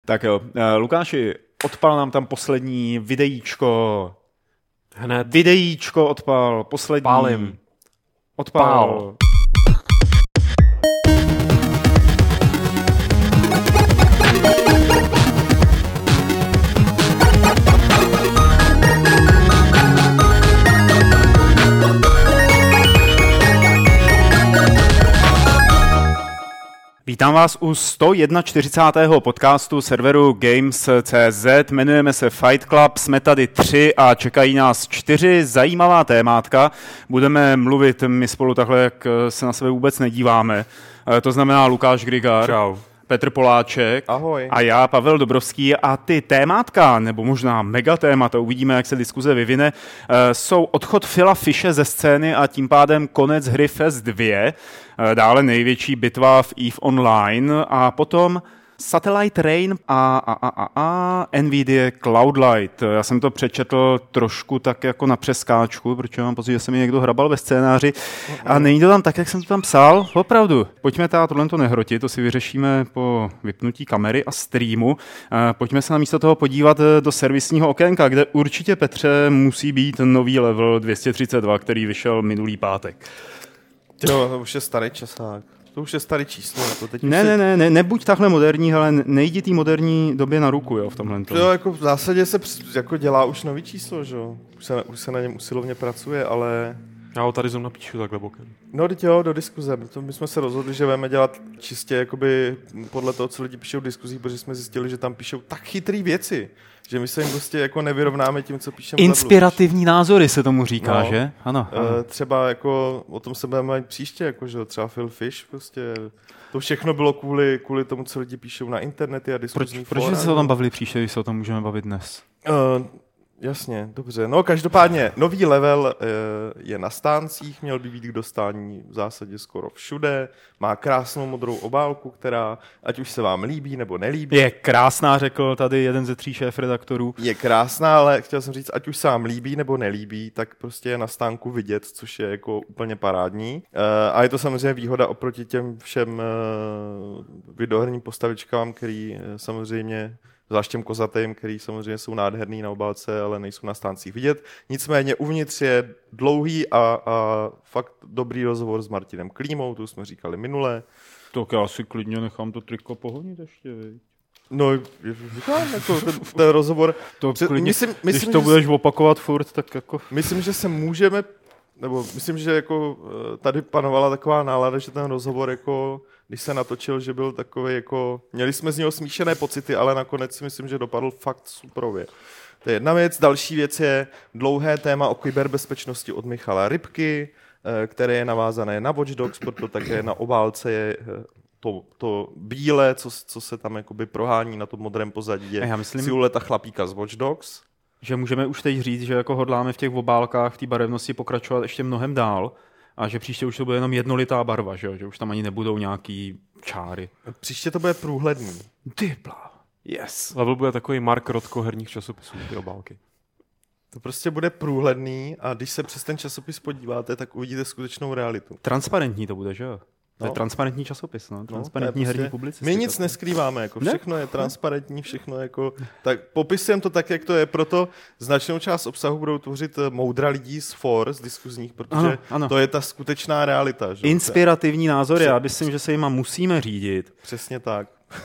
Tak jo, Lukáši, odpal nám tam poslední videíčko. Hned. Videíčko odpal, poslední. Pálím. Odpal. Vítám vás u 141. podcastu serveru Games.cz. Jmenujeme se Fight Club, jsme tady 3 a čekají nás 4 zajímavá témátka. Budeme mluvit my spolu takhle, jak se na sebe vůbec nedíváme. To znamená Lukáš Grigar. Čau. Petr Poláček. Ahoj. A já, Pavel Dobrovský, a ty témátka, nebo možná megatémata, uvidíme, jak se diskuze vyvine, jsou odchod Phila Fishe ze scény a tím pádem konec hry Fest 2, dále největší bitva v EVE Online a potom Satellite Rain a NVIDIA Cloudlight. Já jsem to přečetl trošku tak jako na přeskáčku, protože mám pocit, že se mi někdo hrabal ve scénáři a není to tam tak, jak jsem to tam psal. Opravdu. Pojďme tohle nehrotit, to si vyřešíme po vypnutí kamery a streamu. Pojďme se namísto toho podívat do servisního okénka, kde určitě, Petře, musí být nový level 232, který vyšel minulý pátek. Jo, to už je starý časák. To už je starý číslo. To teď nebuď takhle moderní, ale nejdi té moderní době na ruku, jo, v tomhle. Jo, jako v zásadě se jako dělá už nový číslo, že jo. Už se na něm usilovně pracuje, ale... Já ho tady zom napíšu takhle bokem. No, teď jo, do diskuze. My jsme se rozhodli, že budeme dělat čistě jakoby podle toho, co lidi píšou v diskuzích, protože jsme zjistili, že tam píšou tak chytrý věci, že my se jim prostě jako nevyrovnáme tím, co píšeme. Inspirativní názory se tomu říká, že? Ano. Třeba jako o tom se budeme mít příště, jako že třeba Phil Fish, prostě to všechno bylo kvůli tomu, co lidi píšou na internety a diskuzní fóra. Proč se o tom bavili příště, když se o tom můžeme bavit dnes? Jasně, dobře. No každopádně, nový level je na stáncích, měl by být k dostání v zásadě skoro všude, má krásnou modrou obálku, která, ať už se vám líbí nebo nelíbí. Je krásná, řekl tady jeden ze 3 šéfredaktorů. Je krásná, ale chtěl jsem říct, ať už se vám líbí nebo nelíbí, tak prostě je na stánku vidět, což je jako úplně parádní. A je to samozřejmě výhoda oproti těm všem videoherním postavičkám, který samozřejmě zvlášť těm kozatým, který samozřejmě jsou nádherný na obálce, ale nejsou na stáncích vidět. Nicméně uvnitř je dlouhý a fakt dobrý rozhovor s Martinem Klímou, tu jsme říkali minule. Tak já si klidně nechám to triko pohonit ještě, viď? No, říkám, jako ten rozhovor... To klidně, když to budeš opakovat furt, tak jako... Myslím, že se můžeme... Nebo myslím, že jako tady panovala taková nálada, že ten rozhovor jako, když se natočil, že byl takový jako, měli jsme z něho smíšené pocity, ale nakonec si myslím, že dopadl fakt superově. To je jedna věc. Další věc je dlouhé téma o kyberbezpečnosti od Michala Rybky, které je navázané na Watch Dogs, proto také na obálce je to bílé, co se tam jakoby prohání na tom modrém pozadí, je silueta chlapíka z Watch Dogs. Že můžeme už teď říct, že jako hodláme v těch obálkách v té barevnosti pokračovat ještě mnohem dál a že příště už to bude jenom jednolitá barva, že už tam ani nebudou nějaký čáry. Příště to bude průhledný. Dypla. Yes. Level bude takový Mark Rotko herních časopisů, ty obálky. To prostě bude průhledný a když se přes ten časopis podíváte, tak uvidíte skutečnou realitu. Transparentní to bude, že jo? To je transparentní časopis, no? Transparentní herní publicistiky. My nic neskrýváme, jako všechno je transparentní, všechno jako... Tak popisujeme to tak, jak to je, proto značnou část obsahu budou tvořit moudra lidí z for, z diskuzních, protože ano. To je ta skutečná realita. Že? Inspirativní názory, já myslím, že se jima musíme řídit. Přesně tak.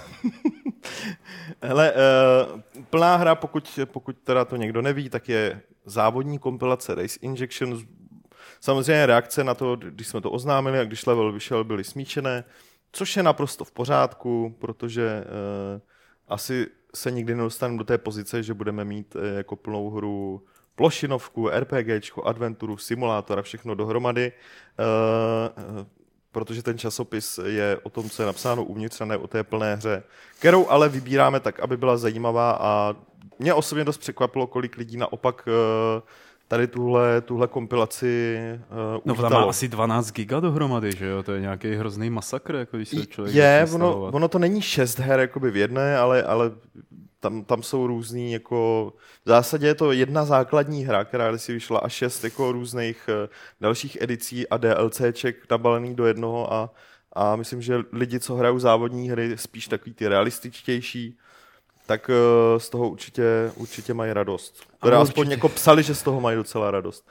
Hele, plná hra, pokud teda to někdo neví, tak je závodní kompilace Race Injection. Samozřejmě reakce na to, když jsme to oznámili a když level vyšel, byly smíšené, což je naprosto v pořádku, protože asi se nikdy nedostaneme do té pozice, že budeme mít jako plnou hru plošinovku, RPGčko, adventuru, simulátor a všechno dohromady, protože ten časopis je o tom, co je napsáno uvnitř a ne o té plné hře, kterou ale vybíráme tak, aby byla zajímavá a mě osobně dost překvapilo, kolik lidí naopak tady tuhle kompilaci No tam má asi 12 giga dohromady, že jo? To je nějaký hrozný masakr, jako když se člověk... ono to není 6 her jakoby v jedné, ale tam jsou různý, jako... V zásadě je to jedna základní hra, která si vyšla a 6 jako různých dalších edicí a DLCček nabalených do jednoho a myslím, že lidi, co hrajou závodní hry, spíš takový ty realističtější, tak z toho určitě mají radost. Teda aspoň jako psali, že z toho mají docela radost.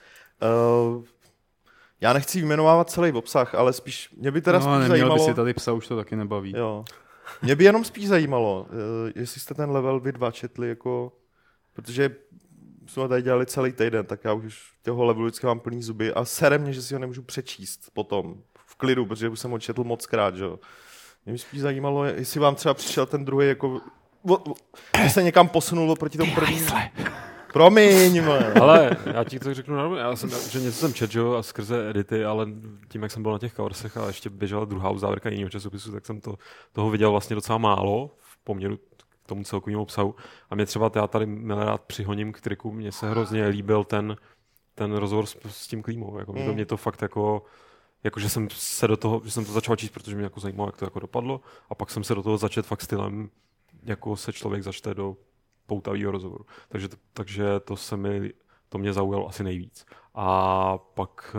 Já nechci vyjmenovávat celý obsah, ale spíš, mě by teda spíš zajímalo... by si tady psa, už to taky nebaví. Jo. Mě by jenom spíš zajímalo, jestli jste ten level vy dva četli, jako, protože jsme tady dělali celý týden, tak já už těho levelu vždycky mám plný zuby a sere mě, že si ho nemůžu přečíst potom v klidu, protože už jsem ho četl mockrát, že jo. Mě by spíš zajímalo, jestli vám třeba přišel ten druhý, jako, že se někam posunulo proti tomu prvnímu. Promiň, Ale já ti to řeknu normálně, že něco jsem četl, a skrze edity, ale tím, jak jsem byl na těch coversech a ještě běžela druhá uzávěrka jiného časopisu, tak jsem toho viděl vlastně docela málo v poměru k tomu celkovému obsahu. A mě třeba, já tady rád přihoním k triku, mně se hrozně líbil ten rozhovor s tím Klímou. Jako, mě to fakt jako že jsem se do toho, že jsem to začal číst, protože mě jako zajímalo, jak to jako dopadlo, a pak jsem se do toho začet fakt stylem, jako se člověk začte do poutavýho rozhovoru. Takže to mě zaujalo asi nejvíc. A pak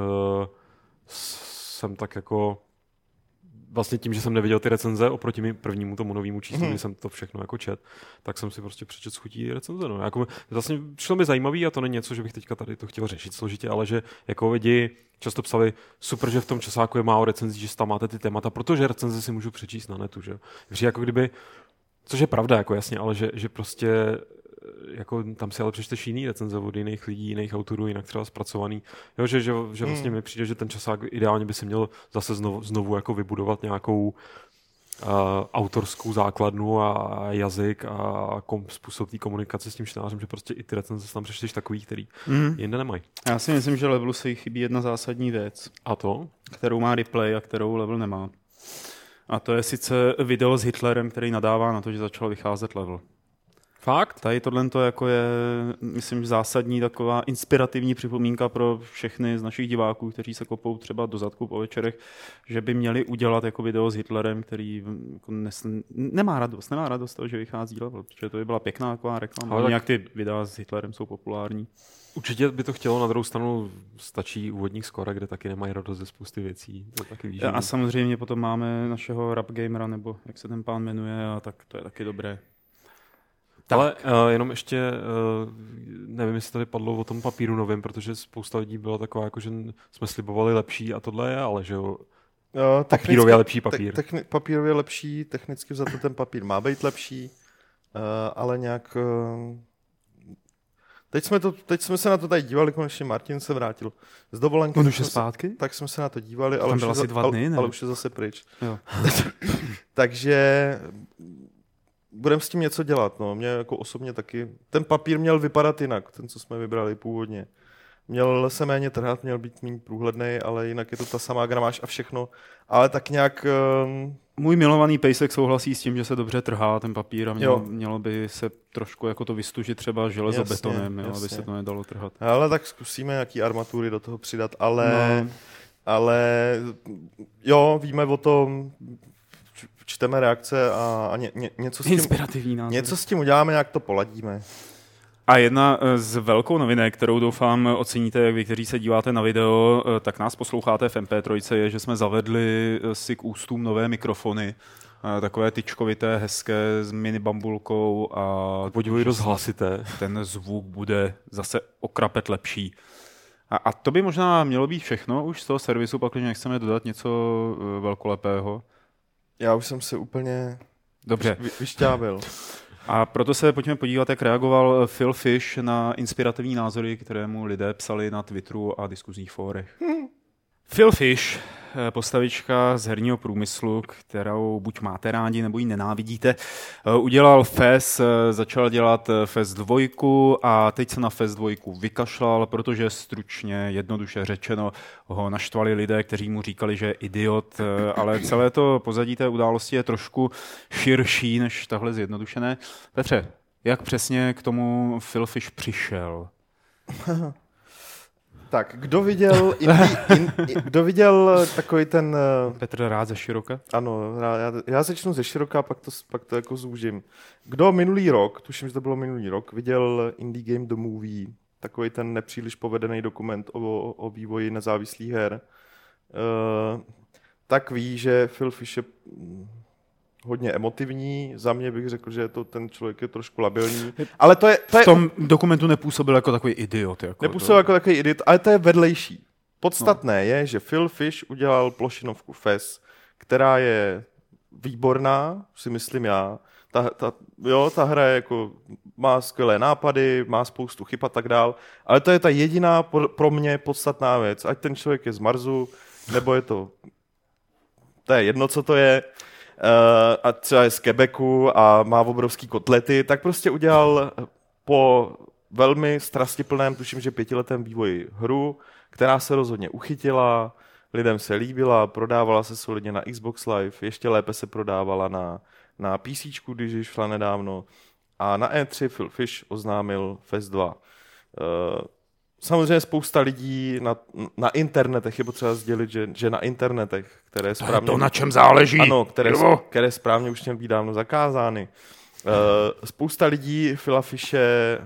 jsem tak jako vlastně tím, že jsem neviděl ty recenze oproti prvnímu tomu novému číslu, kdy jsem to všechno jako čet, tak jsem si prostě přečet s chutí recenze. No. Jako, vlastně šlo mi zajímavý a to není něco, že bych teďka tady to chtěl řešit složitě, ale že jako lidi často psali, super, že v tom časáku je málo recenzí, že tam máte ty témata, protože recenze si můžu přečíst na netu. Že? Takže jako kdyby, což je pravda, jako jasně, ale že prostě jako tam si ale přečteš jiný recenze od jiných lidí, jiných autorů, jinak třeba zpracovaný. Jo, že vlastně mi přijde, že ten časák ideálně by si měl zase znovu jako vybudovat nějakou autorskou základnu a jazyk a způsob té komunikace s tím čtenářem, že prostě i ty recenze tam přečteš takový, který jinde nemají. Já si myslím, že Levelu se jí chybí jedna zásadní věc. A to? Kterou má Replay a kterou Level nemá. A to je sice video s Hitlerem, který nadává na to, že začal vycházet Level. Fakt? Tady tohle jako je, myslím, zásadní taková inspirativní připomínka pro všechny z našich diváků, kteří se kopou třeba do zadku po večerech, že by měli udělat jako video s Hitlerem, který jako nemá radost toho, že vychází Level, protože to by byla pěkná taková reklama. Ale nějak ty videa s Hitlerem jsou populární. Určitě by to chtělo, na druhou stranu stačí úvodník skóre, kde taky nemají radost ze spousty věcí. To taky víš, a samozřejmě potom máme našeho rap gamera, nebo jak se ten pán jmenuje, a tak to je taky dobré. Tak. Ale jenom ještě, nevím, jestli tady padlo o tom papíru novém, protože spousta lidí byla taková, jako, že jsme slibovali lepší a tohle je, ale že jo, papírově lepší papír. Papírově lepší, technicky vzato ten papír má být lepší, ale nějak... Teď jsme se na to tady dívali, konečně Martin se vrátil z dovolenky. On už je zpátky? Tak jsme se na to dívali, ale, asi 2 dny, ale už je zase pryč. Jo. Takže budeme s tím něco dělat. No. Mě jako osobně taky. Ten papír měl vypadat jinak, ten, co jsme vybrali původně. Měl se méně trhat, měl být méně průhlednej, ale jinak je to ta samá gramáž a všechno. Ale tak nějak... Můj milovaný pejsek souhlasí s tím, že se dobře trhá ten papír a mělo by se trošku jako to vystužit třeba železobetonem, aby se to nedalo trhat. Ale tak zkusíme nějaký armatury do toho přidat, ale jo, víme o tom, čteme reakce a něco s tím... Inspirativní názor. Něco s tím uděláme, jak to poladíme. A jedna z velkou novinek, kterou doufám oceníte, jak vy, kteří se díváte na video, tak nás posloucháte v MP3, je, že jsme zavedli si k ústům nové mikrofony. Takové tyčkovité, hezké, s mini bambulkou a... Podívej, dost hlasité. Ten zvuk bude zase okrapet lepší. A to by možná mělo být všechno už z toho servisu, pak když nechceme dodat něco velkolepého. Já už jsem se úplně dobře vyšťávil. A proto se pojďme podívat, jak reagoval Phil Fish na inspirativní názory, které mu lidé psali na Twitteru a diskuzních fórech. Phil Fish, postavička z herního průmyslu, kterou buď máte rádi, nebo ji nenávidíte, udělal FES, začal dělat FES 2 a teď se na FES 2 vykašlal, protože stručně, jednoduše řečeno, ho naštvali lidé, kteří mu říkali, že je idiot, ale celé to pozadí té události je trošku širší než tahle zjednodušené. Petře, jak přesně k tomu Phil Fish přišel? Tak, kdo viděl takový ten... Petr rád ze široka? Ano, já začnu ze široka, pak to jako zúžím. Kdo minulý rok, tuším, že to bylo minulý rok, viděl Indie Game The Movie, takový ten nepříliš povedený dokument o vývoji nezávislých her, tak ví, že Phil Fish je hodně emotivní. Za mě bych řekl, že ten člověk je trošku labilní. Ale to je v tom dokumentu nepůsobil jako takový idiot. Nepůsobil jako takový idiot, ale to je vedlejší. Podstatné je, že Phil Fish udělal plošinovku FES, která je výborná, si myslím já. Ta hra je jako, má skvělé nápady, má spoustu chyb a tak dál, ale to je ta jediná pro mě podstatná věc. Ať ten člověk je z Marsu, nebo je to je jedno, co to je, a třeba je z Quebecu a má obrovský kotlety, tak prostě udělal po velmi strastiplném, tuším, že 5letém vývoji hru, která se rozhodně uchytila, lidem se líbila, prodávala se solidně na Xbox Live, ještě lépe se prodávala na PC, když již šla nedávno. A na E3 Phil Fish oznámil FES 2. Samozřejmě spousta lidí na internetech, je potřeba sdělit, že na internetech, které správně... To na čem záleží. Ano, které správně už měly být dávno zakázány. Spousta lidí Phila Fishe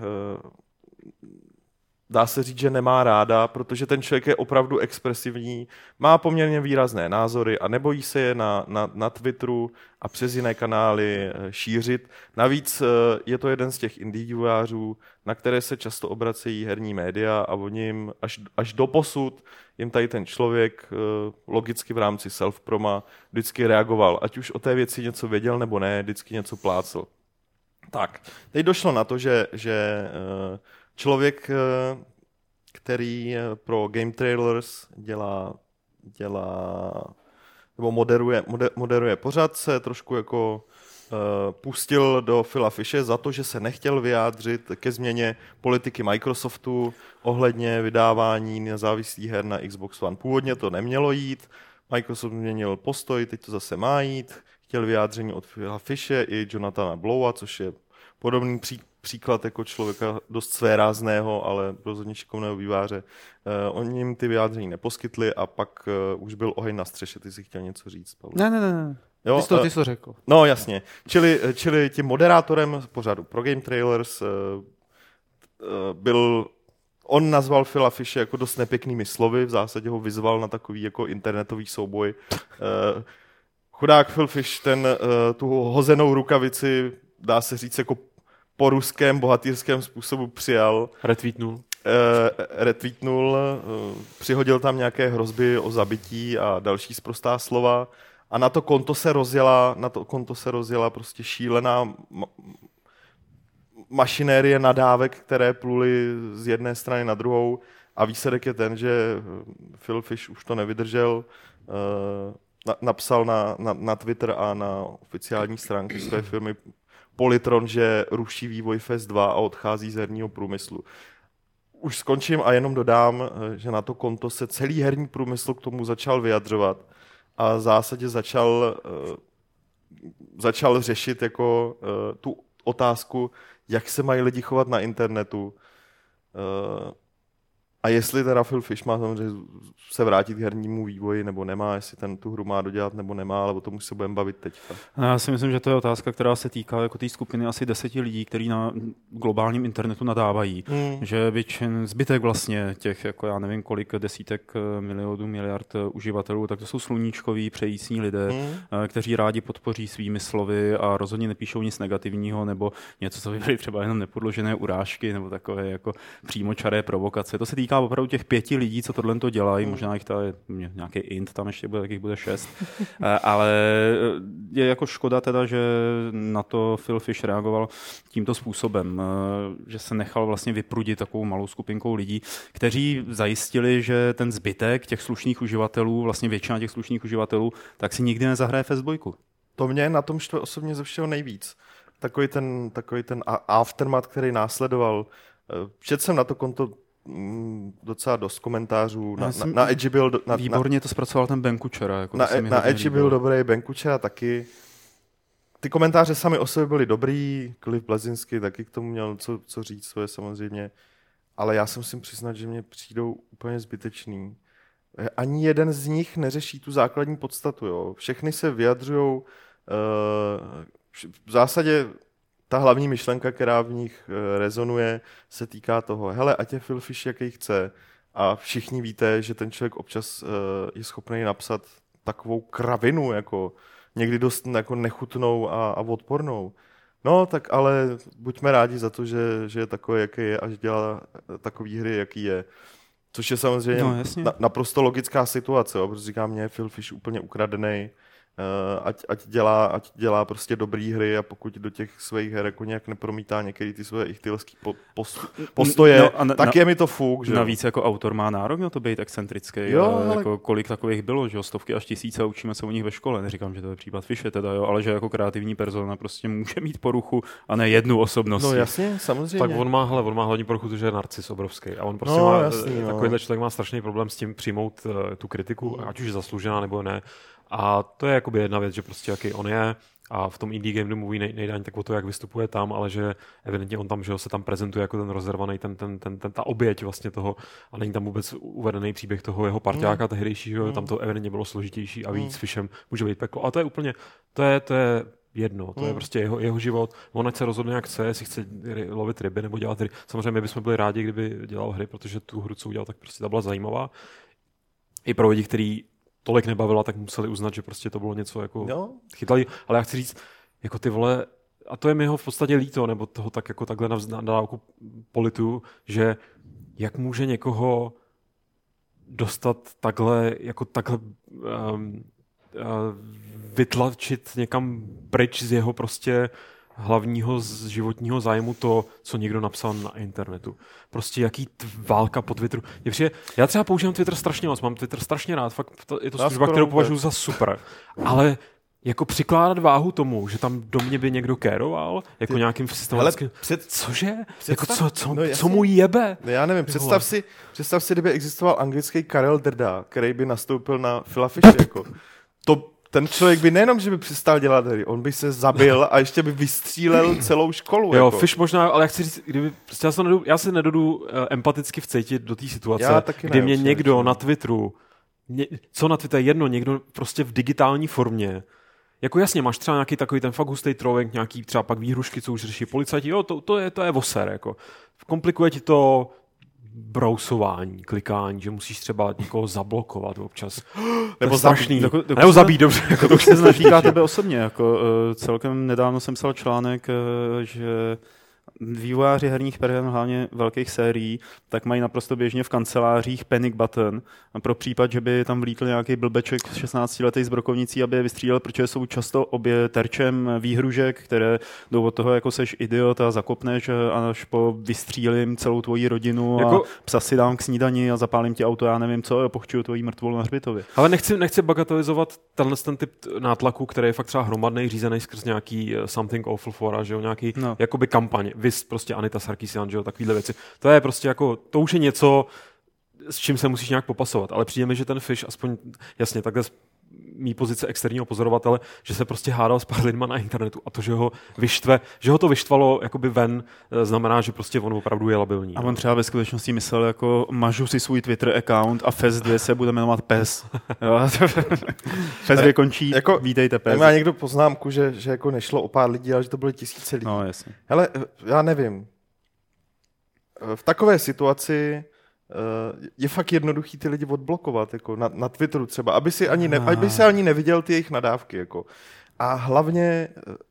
dá se říct, že nemá ráda, protože ten člověk je opravdu expresivní, má poměrně výrazné názory a nebojí se je na Twitteru a přes jiné kanály šířit. Navíc je to jeden z těch indie vývojářů, na které se často obracejí herní média a o ním až doposud jim tady ten člověk logicky v rámci self-proma vždycky reagoval. Ať už o té věci něco věděl nebo ne, vždycky něco plácl. Tak, teď došlo na to, že člověk, který pro Game Trailers dělá nebo moderuje pořad, se trošku jako pustil do Phila Fishe za to, že se nechtěl vyjádřit ke změně politiky Microsoftu ohledně vydávání nezávislých her na Xbox One. Původně to nemělo jít, Microsoft změnil postoj, teď to zase má jít, chtěl vyjádření od Phila Fishe i Jonathana Blowa, což je podobný příklad jako člověka dost svérázného, ale rozhodně šikovného výváře. Oni jim ty vyjádření neposkytli a pak už byl oheň na střeše. Ty jsi chtěl něco říct, Pavel? Ne. Jo, ty jsi to řekl. No jasně. Čili tím moderátorem pořadu pro Game Trailers on nazval Phila Fishe jako dost nepěknými slovy, v zásadě ho vyzval na takový jako internetový souboj. Chudák Phil Fish tu hozenou rukavici, dá se říct, jako po ruském bohatýrském způsobu přijal. Retweetnul, přihodil tam nějaké hrozby o zabití a další sprostá slova a na to konto se rozjela prostě šílená mašinérie nadávek, které pluly z jedné strany na druhou a výsledek je ten, že Phil Fish už to nevydržel, napsal na Twitter a na oficiální stránky své firmy Polytron, že ruší vývoj FES 2 a odchází z herního průmyslu. Už skončím a jenom dodám, že na to konto se celý herní průmysl k tomu začal vyjadřovat a v zásadě začal řešit jako tu otázku, jak se mají lidi chovat na internetu a jestli teda Phil Fish má samozřejmě se vrátit k hernímu vývoji nebo nemá, jestli tu hru má dodělat nebo nemá, ale o tom už se budeme bavit teďka. Já si myslím, že to je otázka, která se týká jako té skupiny asi 10 lidí, kteří na globálním internetu nadávají. Že zbytek vlastně těch, jako já nevím kolik desítek milionů, miliard uživatelů, tak to jsou sluníčkoví, přejícní lidé, kteří rádi podpoří svými slovy a rozhodně nepíšou nic negativního nebo něco, co by byly třeba jenom nepodložené urážky nebo takové jako přímočaré provokace. To se týká opravdu těch 5 lidí, co tohle to dělají, možná jich tady nějaký int tam ještě bude, tak jich bude 6, ale je jako škoda teda, že na to Phil Fish reagoval tímto způsobem, že se nechal vlastně vyprudit takovou malou skupinkou lidí, kteří zajistili, že ten zbytek těch slušných uživatelů, vlastně většina těch slušných uživatelů, tak si nikdy nezahraje FES 2. To mě na tom štve osobně ze všeho nejvíc. Takový ten aftermath, který následoval. Četl jsem na to konto docela dost komentářů. Na Edge byl... Výborně to zpracoval ten Ben Kuchera. Jako na Edge byl dobrý, Ben Kuchera taky. Ty komentáře sami o sobě byly dobrý, Cliff Bleszinski taky k tomu měl co říct svoje samozřejmě, ale já se musím přiznat, že mě přijdou úplně zbytečný. Ani jeden z nich neřeší tu základní podstatu. Jo. Všechny se vyjadřujou v zásadě ta hlavní myšlenka, která v nich rezonuje, se týká toho, hele, ať je Phil Fish, jaký chce. A všichni víte, že ten člověk občas je schopný napsat takovou kravinu, jako někdy dost jako nechutnou a odpornou. No, tak ale buďme rádi za to, že je takový, jaký je, až dělá takový hry, jaký je. Což je samozřejmě naprosto logická situace, jo, protože říkám, mě je Phil Fish úplně ukradený, ať dělá prostě dobrý hry a pokud do těch svých her jako nějak nepromítá některé ty své ichtylský postoje, tak je mi to fuk. Že? Navíc jako autor má nárok na to být excentrický. Jako kolik takových bylo, že stovky až tisíce, učíme se o nich ve škole. Neříkám, že to je případ Fishe teda, jo, ale že jako kreativní persona prostě může mít poruchu a ne jednu osobnost. No jasně, samozřejmě. Tak on má hlavní poruchu, protože je narcis obrovský a on prostě má, takovýhle člověk má strašný problém s tím přijmout tu kritiku, ať už je zasloužená nebo ne. A to je jakoby jedna věc, že prostě jaký on je a v tom Indie Game Movie nejde ani tak o to, jak vystupuje tam, ale že evidentně on tam, že se tam prezentuje jako ten rozervaný, ta oběť vlastně toho a není tam vůbec uvedený příběh toho jeho parťáka tehdejšího, tam to evidentně bylo složitější a víc Fishem může být peklo. A to je úplně, to je jedno, to je prostě jeho život. On ať se rozhodne, jak chce, jestli chce lovit ryby nebo dělat hry. Samozřejmě my bychom byli rádi, kdyby dělal hry, protože tu hru, co udělal, tak prostě ta byla zajímavá. I pro lidi, kteří tolik nebavila, tak museli uznat, že prostě to bylo něco jako chytlý. Ale já chci říct, jako ty vole, a to je mi ho v podstatě líto, nebo toho tak jako takhle na dálku polituju, že jak může někoho dostat takhle vytlačit někam pryč z jeho prostě hlavního z životního zájmu to, co někdo napsal na internetu. Prostě jaký válka po Twitteru. Já třeba používám Twitter strašně moc, mám Twitter strašně rád, fakt je to služba, kterou považuji za super. Ale jako přikládat váhu tomu, že tam do mě by někdo kéroval, jako nějakým systematickým... Cože? Jako co mu jebe? Já nevím, představ si, kdyby existoval anglický Karel Drda, který by nastoupil na Phila Fishe, jako. Ten člověk by nejenom, že by přestal dělat hry, on by se zabil a ještě by vystřílel celou školu. Jo, jako. Fish možná, ale já chci říct, kdyby, prostě já se nedodu empaticky vcítit do té situace, kdy mě někdo na Twitteru, co na Twitteru jedno, někdo prostě v digitální formě, jako jasně, máš třeba nějaký takový ten fakt hustý trolling, nějaký třeba pak výhrušky, co už řeší policajti, jo, to je voser, jako. Komplikuje ti to brousování, klikání, že musíš třeba někoho zablokovat občas. Nebo strašný. Nebo zabít, dobře. Jako to už se značíká tebe osobně. Jako, celkem nedávno jsem psal článek, že vývojáři herních her, hlavně velkých sérií, tak mají naprosto běžně v kancelářích panic button pro případ, že by tam vlítl nějaký blbeček 16letý s brokovnicí, aby je vystřílel, protože jsou často obě terčem výhružek, které jdou od toho, jako seš idiot a zakopneš až po vystřílím celou tvoji rodinu a psa si dám k snídani a zapálím ti auto, já nevím co, a pochčuju tvojí mrtvolu na hřbitově. Ale nechci bagatelizovat ten typ nátlaku, který je fakt třeba hromadnej, řízený skrz nějaký Something Awful For, že jo, nějaký jakoby kampaň. Prostě Anita Sarkeesian, že jo, takovýhle věci. To je prostě jako, to už je něco, s čím se musíš nějak popasovat, ale přijde mi, že ten Fish, aspoň jasně, takhle z mý pozice externího pozorovatele, že se prostě hádal s pár lidma na internetu a to, že ho to vyštvalo jakoby ven, znamená, že prostě on opravdu je labilní. A on třeba ve skutečnosti myslel, jako mažu si svůj Twitter account a FES 2 se bude jmenovat PES. FES 2 končí, jako, vítejte PES. Má někdo poznámku, že jako nešlo o pár lidí, ale že to byly tisíce lidí. No, jasně. Hele, já nevím. V takové situaci je fakt jednoduchý ty lidi odblokovat, jako na Twitteru třeba, aby si ani neviděl ty jejich nadávky. Jako. A hlavně,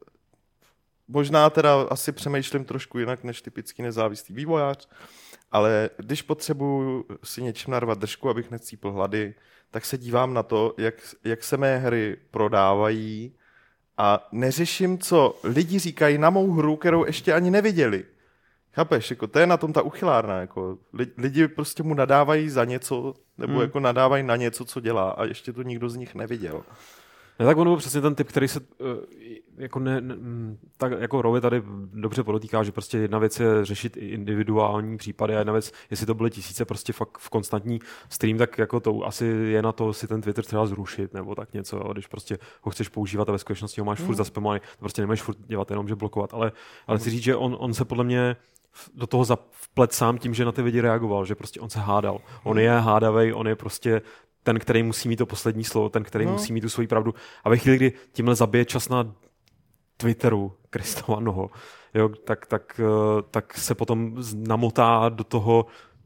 možná teda asi přemýšlím trošku jinak než typický nezávislý vývojář, ale když potřebuji si něčím narvat držku, abych necípl hlady, tak se dívám na to, jak se mé hry prodávají a neřeším, co lidi říkají na mou hru, kterou ještě ani neviděli. Chápeš, jako to je na tom ta uchylárna, jako lidi prostě mu nadávají za něco, nebo jako nadávají na něco, co dělá a ještě to nikdo z nich neviděl. No, tak on byl přesně ten typ, který se jako tak jako Rovi tady dobře podotýká, že prostě jedna věc je řešit individuální případy a jedna věc, jestli to byly tisíce prostě fakt v konstantní stream, tak jako to asi je na to si ten Twitter třeba zrušit nebo tak něco, když prostě ho chceš používat a ve skutečnosti ho máš furt zaspamovaný, to prostě nemůžeš furt dělat jenom, že blokovat, ale chci říct, že on se podle mě do toho zaplet sám tím, že na ty lidi reagoval, že prostě on se hádal. On je hádavej, on je prostě ten, který musí mít to poslední slovo, ten, který musí mít tu svoji pravdu. A ve chvíli, kdy tímhle zabije čas na Twitteru Kristova noho, jo, tak se potom namotá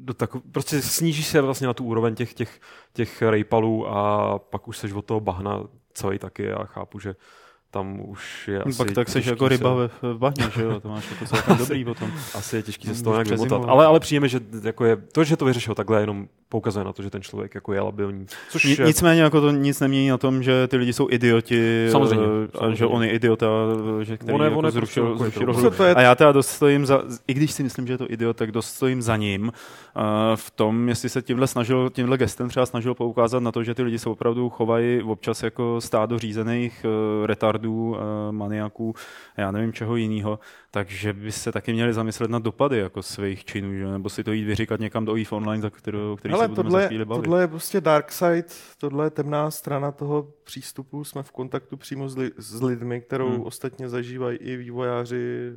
prostě snížíš se vlastně na tu úroveň těch rejpalů a pak už seš od toho bahna celý taky a chápu, že tam už je asi pak tak seš jako ryba v bahně, že jo, to máš jako celkem dobrý potom. Asi je těžký se z toho nějak vymotat, ale přijeme, že jako je, to, že to vyřešil takhle, jenom poukazuje na to, že ten člověk jako je labilní. Nicméně jako to nic nemění na tom, že ty lidi jsou idioti, samozřejmě. A že on je idiota, že který jako zrušil hru. A já teda dost stojím za, i když si myslím, že je to idiot, tak dost stojím za ním v tom, jestli se tímhle gestem třeba snažil poukázat na to, že ty lidi se opravdu chovají občas jako stádo řízených retardů, maniaků, já nevím čeho jiného, takže by se taky měli zamyslet na dopady jako svých činů, že? Nebo si to jít vyříkat někam do EVE Online, který se budeme za chvíli bavit. Tohle je prostě dark side, tohle je temná strana toho přístupu, jsme v kontaktu přímo s lidmi, kterou ostatně zažívají i vývojáři,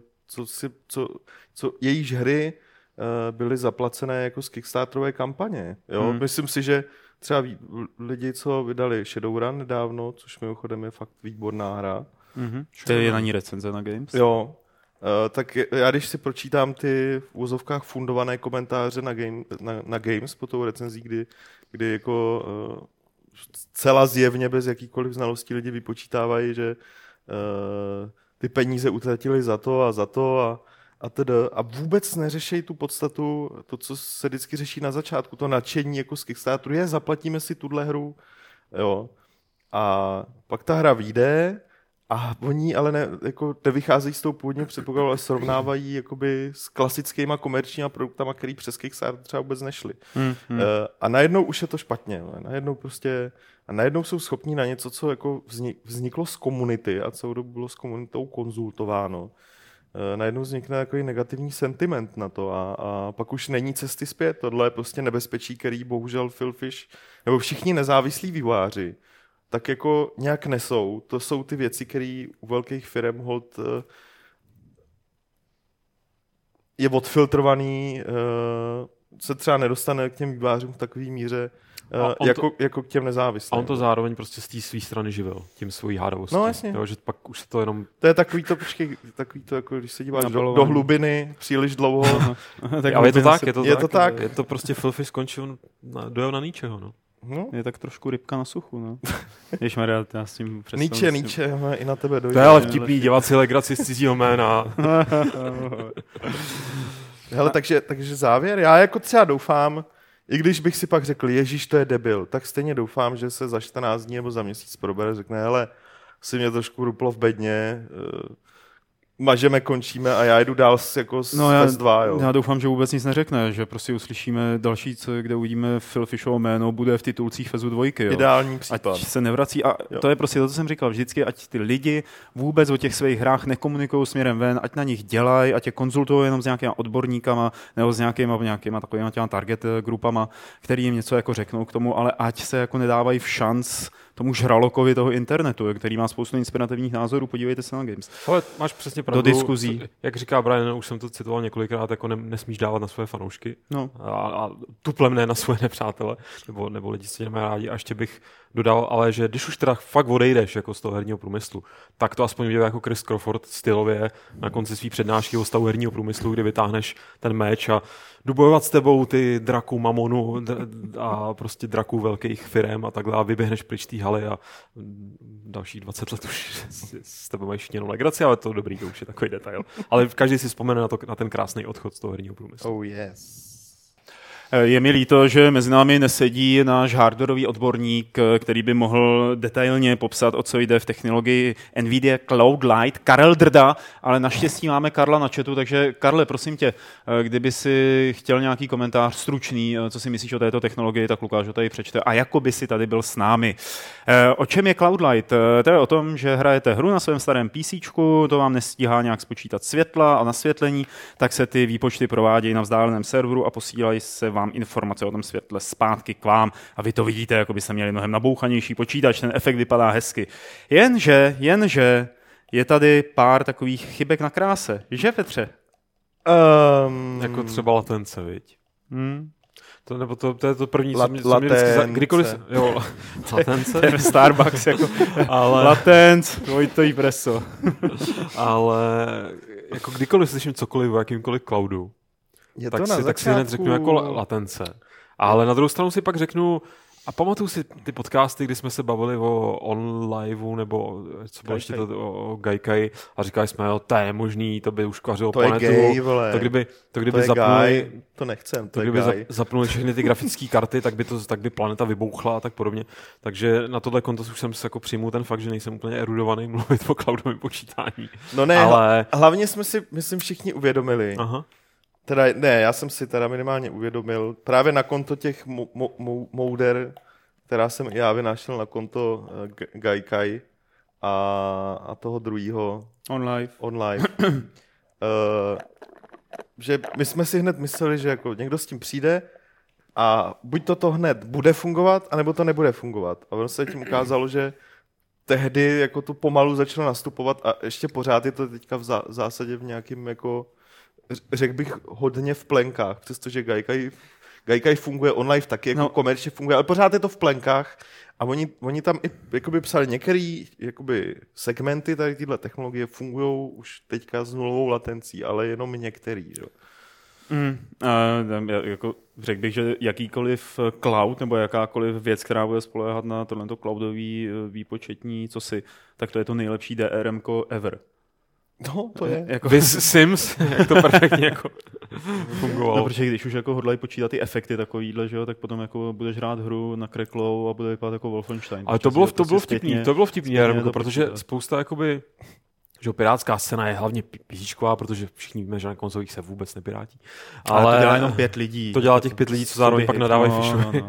co jejíž hry byly zaplacené jako z Kickstarterové kampaně. Jo? Myslím si, že třeba lidi, co vydali Shadowrun nedávno, což mimochodem je fakt výborná hra. To je na ní recenze na Games? Jo. Tak já když si pročítám ty v úvozovkách fundované komentáře na Games po tou recenzí, kdy jako celá zjevně bez jakýkoliv znalostí lidi vypočítávají, že ty peníze utratili za to a teda. A vůbec neřeší tu podstatu, to, co se vždycky řeší na začátku, to nadšení jako z Kickstarteru, zaplatíme si tuhle hru, jo. A pak ta hra vyjde a oni ale nevycházejí z toho původního předpokladu, ale srovnávají jakoby s klasickýma komerčníma produktama, který přes Kickstarter třeba vůbec nešli. A najednou už je to špatně. Najednou jsou schopní na něco, co jako vzniklo z komunity a celou dobu bylo s komunitou konzultováno. Najednou vznikne takový negativní sentiment na to a pak už není cesty zpět. Tohle je prostě nebezpečí, který bohužel Phil Fish nebo všichni nezávislí vývojáři tak jako nějak nesou. To jsou ty věci, které u velkých firm hold je odfiltrovaný, se třeba nedostane k těm vývojářům v takové míře, jako k těm nezávislým. A on to zároveň prostě z té své strany živil, tím svojí hádavostí. No jasně. Jo, že pak už to jenom... To je takový to, jako když se díváš do hlubiny příliš dlouho. Ale je to tak, tak. Je to prostě Phil Fish skončil dojel na ničeho, no. No. Je tak trošku rybka na suchu, no. Ježmarja, já s tím představím. Níče, i na tebe dojde. To je ale vtipný dělat si legraci z cizího jména. Hele, takže závěr. Já jako třeba doufám, i když bych si pak řekl, ježíš, to je debil, tak stejně doufám, že se za 14 dní nebo za měsíc probere, řekne, hele, si mě trošku ruplo v bedně, mažeme, končíme a já jdu dál jako s PS2, jo. Já doufám, že vůbec nic neřekne, že prostě uslyšíme další, kde uvidíme Phil Fishovo jméno, bude v titulcích Fezu 2. Jo. Ideální případ. Ať se nevrací a to je prostě to, co jsem říkal vždycky, ať ty lidi vůbec o těch svých hrách nekomunikují směrem ven, ať na nich dělají, ať je konzultují jenom s nějakýma odborníkama nebo s nějakýma takovýma těma target grupama, který jim něco jako řeknou k tomu, ale ať se jako nedávají v šanc tomu žralokovi toho internetu, který má spoustu inspirativních názorů, podívejte se na Games. Ale máš přesně pravdu. Do diskuzí. Jak říká Brian, už jsem to citoval několikrát, jako nesmíš dávat na své fanoušky. No. A tuplem ne na svoje nepřátele, nebo lidi, co tě nemají rádi. A ještě bych dodal, ale že když už teda fakt odejdeš jako z toho herního průmyslu, tak to aspoň udělá jako Chris Crawford stylově na konci svý přednášky o stavu herního průmyslu, kdy vytáhneš ten meč a jdu bojovat s tebou ty draku mamonu a prostě draku velkých firem a takhle a vyběhneš pryč té haly a dalších 20 let už s tebou mají štěnou legraci, ale to dobrý, to už je takový detail. Ale každý si vzpomene na ten krásný odchod z toho herního průmyslu. Oh yes. Je mi líto, že mezi námi nesedí náš hardwareový odborník, který by mohl detailně popsat, o co jde v technologii NVIDIA Cloud Light, Karel Drda, ale naštěstí máme Karla na chatu, takže Karle, prosím tě, kdyby si chtěl nějaký komentář stručný, co si myslíš o této technologii, tak Lukáš ho tady přečte a jako by si tady byl s námi. O čem je Cloud Light? To je o tom, že hrajete hru na svém starém PCčku, to vám nestíhá nějak spočítat světla a nasvětlení, tak se ty výpočty provádějí na vzdáleném serveru a posílají se vám informace o tom světle zpátky k vám a vy to vidíte, jako byste měli mnohem nabouchanější počítač, ten efekt vypadá hezky. Jenže je tady pár takových chybek na kráse. Že, Petře? Jako třeba latence, viď? To je to první, co mě vždycky... Kdykoliv... Jo, latence. To je Starbucks, jako ale... Latenc, to jí preso. Ale jako kdykoliv slyším cokoliv o jakýmkoliv cloudu, tak si hned řeknu jako latence. Ale na druhou stranu si pak řeknu, a pamatuju si ty podcasty, kdy jsme se bavili o OnLiveu, nebo co bylo ještě to o Gaikai, a říkali jsme, jo, to je možný, to by uškvařilo planetu. To je gay, vole. To kdyby zapnuli, to nechcem, to kdyby zapnuli všechny ty grafické karty, tak by planeta vybouchla a tak podobně. Takže na tohle konto už jsem se jako přijmul ten fakt, že nejsem úplně erudovaný mluvit o cloudovém počítání. No ne, ale hlavně jsme si, myslím, všichni uvědomili. Aha. Teda, ne, já jsem si teda minimálně uvědomil, právě na konto těch mouder, která jsem i já vynášel na konto Gaikai a toho druhýho OnLive. Že my jsme si hned mysleli, že jako někdo s tím přijde a buď to hned bude fungovat, anebo to nebude fungovat. A ono se tím ukázalo, že tehdy jako to pomalu začalo nastupovat a ještě pořád je to teďka v zásadě v nějakým jako řekl bych hodně v plenkách, přestože Gaikai funguje, OnLive taky jako komerčně funguje, ale pořád je to v plenkách a oni tam i jakoby psali některé jakoby segmenty tady tyhle technologie fungují už teďka s nulovou latencí, ale jenom některý. Jo. Jako řekl bych, že jakýkoliv cloud nebo jakákoliv věc, která bude spoléhat na tohleto cloudový výpočetní tak to je to nejlepší DRMko ever. No, to je. Jako Sims, jak to perfektně jako fungovalo. No, protože když už jako hodlají počítat ty efekty takovýhle, že jo, tak potom jako budeš hrát hru na kreklou a bude vypadat jako Wolfenstein. Ale to bylo vtipný, protože spousta jakoby, že pirátská scéna je hlavně písíčková, protože všichni víme, že na konzolích se vůbec nepirátí. Ale to dělá jenom 5 lidí. To dělá těch 5 lidí, co zároveň pak nadávají fishy.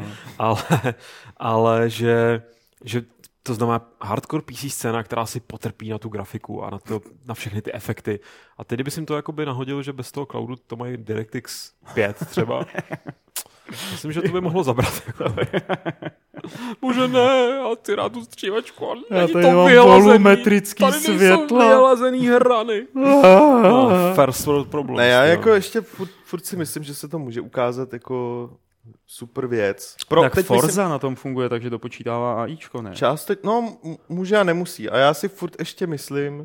Ale že to znamená hardcore PC scéna, která si potrpí na tu grafiku a na všechny ty efekty. A teď kdyby si to jakoby nahodil, že bez toho cloudu to mají DirectX 5 třeba. Myslím, že to by mohlo zabrat. Bože ne, a ty rád tu střívačku. Není to volumetrický světlo. Tady nejsou vylazený hrany. First world problem. Ne, já jako ještě furt si myslím, že se to může ukázat jako super věc. Tak Forza na tom funguje, takže dopočítává AIčko, ne? Může a nemusí. A já si furt ještě myslím,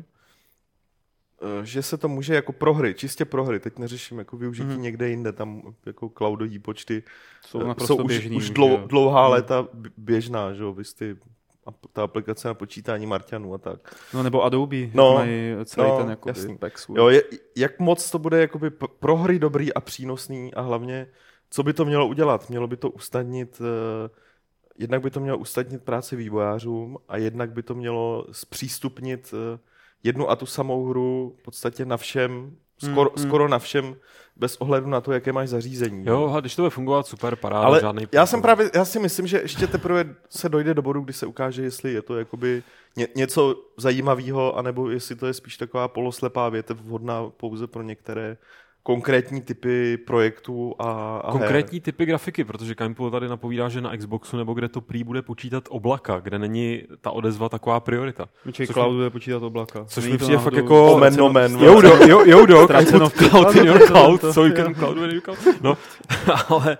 že se to může jako pro hry, čistě pro hry. Teď neřeším jako využití někde jinde, tam jako cloudový počty jsou běžný, už dlouhá léta běžná, že jo, ta aplikace na počítání Marťanů a tak. No nebo Adobe, mají celý ten jako pack svůj. Jo, jak moc to bude jakoby pro hry dobrý a přínosný a hlavně co by to mělo udělat? Mělo by to usnadnit, jednak by to mělo usnadnit práci vývojářům a jednak by to mělo zpřístupnit jednu a tu samou hru v podstatě na všem, skoro na všem, bez ohledu na to, jaké máš zařízení. Jo, a když to bude fungovat, super, paráda, ale žádnej já si myslím, že ještě teprve se dojde do bodu, kdy se ukáže, jestli je to jakoby něco zajímavého, anebo jestli to je spíš taková poloslepá větev vhodná pouze pro některé konkrétní typy projektů a konkrétní typy grafiky, protože Kampul tady napovídá, že na Xboxu nebo kde to prý bude počítat oblaka, kde není ta odezva taková priorita. Cloud bude počítat oblaka. Což mi přijde fakt jako Joudo, cloud, so you can cloud when you cloud. No, ale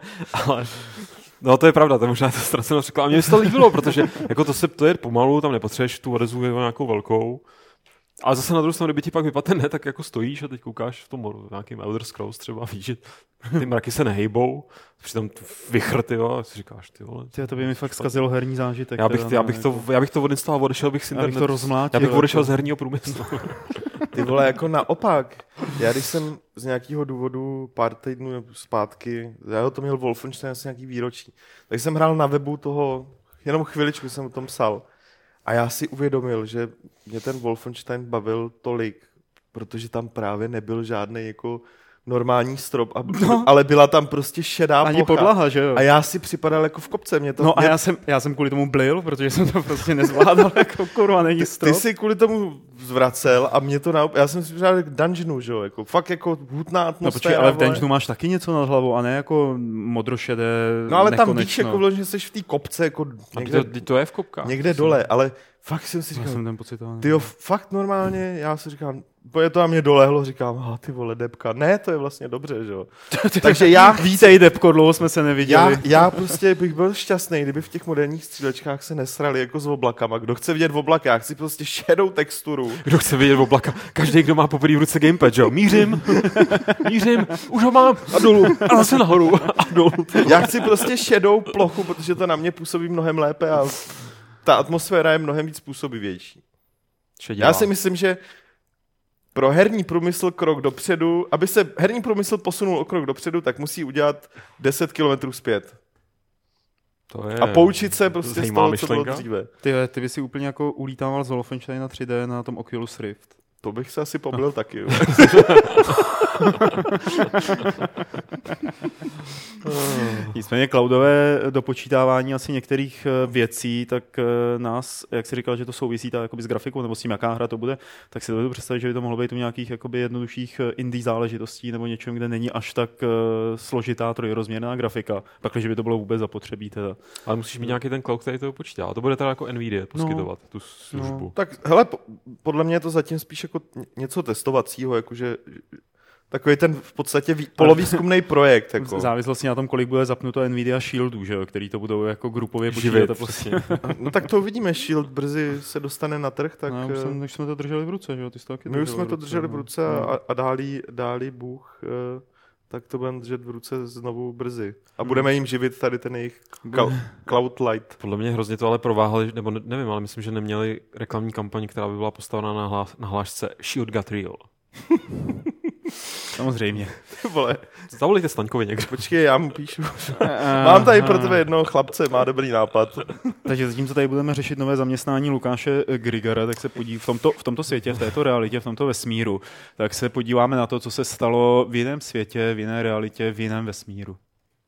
no to je pravda, to je možná to ztraceno řekla. A mně se to líbilo, protože jako to je pomalu, tam nepotřebuješ tu odezvu nějakou velkou. Ale zase na druhou stranu, kdyby ti pak vypadne, tak jako stojíš a teď koukáš v tom nějakým Elder Scrolls třeba, víš, že ty mraky se nehejbou, přitom vychrty, a si říkáš, ty vole. To by mi fakt zkazilo herní zážitek. Já bych to odinstaloval, odešel bych z internetu. Já bych to rozmlátil. Já bych odešel z herního průmyslu. Ty vole, jako naopak. Já když jsem z nějakého důvodu pár týdnů zpátky, já to měl Wolfenstein asi nějaký výročí, tak jsem hrál na webu toho, jenom chviličku jsem o tom psal. A já si uvědomil, že mě ten Wolfenstein bavil tolik, protože tam právě nebyl žádný jako normální strop, ale byla tam prostě šedá plocha. Ani podlaha, že jo? A já si připadal jako v kopce. A já jsem kvůli tomu blil, protože jsem to prostě nezvládal, jako kurva, není strop. Ty jsi kvůli tomu zvracel a mě to já jsem si připadal k dungeonu, že jo? Jako, fakt jako hutná atmosféra. Ale v dungeonu máš taky něco nad hlavou a ne jako modrošedé. No ale tam víš, jako že jsi v té kopce, jako někde, to je v kopkách. Někde dole, ale Fakt jsem si říkal, jsem ten pocitovaný. tyjo, fakt normálně, já si říkám, je to na mě dolehlo, říkám, ty vole, Depka. Ne, to je vlastně dobře, že jo. Takže já... Vítej, Depko, dlouho jsme se neviděli. Já prostě bych byl šťastný, kdyby v těch moderních střílečkách se nesrali jako s oblakama. Kdo chce vidět v oblaka, já chci prostě šedou texturu. Kdo chce vidět oblaka? Každý, kdo má poprvé v ruce gamepad, že jo? Mířím, už ho mám a dolů, a zase nahoru a dolů. Já chci prostě šedou plochu, protože to na mě působí mnohem lépe a ta atmosféra je mnohem víc působivější. Já si myslím, že pro herní průmysl krok dopředu, aby se herní průmysl posunul o krok dopředu, tak musí udělat 10 kilometrů zpět. To je a poučit se prostě z toho, myšlenka. co bylo dříve. Ty by si úplně jako ulítával z Wolfensteina 3D na tom Oculus Rift. To bych se asi poblil taky. Jo. Nicméně cloudové dopočítávání asi některých věcí, tak nás, jak jsi říkal, že to souvisí tak jakoby s grafikou nebo s tím, jaká hra to bude, tak si dovedu představit, že by to mohlo být u nějakých jakoby jednodušších indie záležitostí nebo něčem, kde není až tak složitá trojrozměrná grafika. Pakliže by to bylo vůbec zapotřebí teda. Ale musíš mít nějaký ten cloud, který to počítá. To bude teda jako Nvidia poskytovat tu službu. No, tak hele, podle mě je to zatím spíš jako něco testovacího, jakože takový ten v podstatě polovýzkumný projekt. Jako. V závislosti na tom, kolik bude zapnuto Nvidia Shieldu, že jo, který to budou jako grupově počítat. Prostě. No tak to uvidíme, Shield brzy se dostane na trh, tak... No, už jsme to drželi v ruce, že jo, ty jsi to taky my už jsme to drželi v ruce a dálí Bůh, tak to budeme držet v ruce znovu brzy. A budeme jim živit tady ten jejich Cloud Light. Podle mě hrozně to ale prováhali, nebo nevím, ale myslím, že neměli reklamní kampaň, která by byla postavena na hlášce Shield got real. Samozřejmě. Vole. Zavolejte Staňkovi někdo. Počkej, já mu píšu. Mám tady pro tebe jednoho chlapce, má dobrý nápad. Takže zatímco tady budeme řešit nové zaměstnání Lukáše Grigara, tak se v tomto světě, v této realitě, v tomto vesmíru, tak se podíváme na to, co se stalo v jiném světě, v jiné realitě, v jiném vesmíru.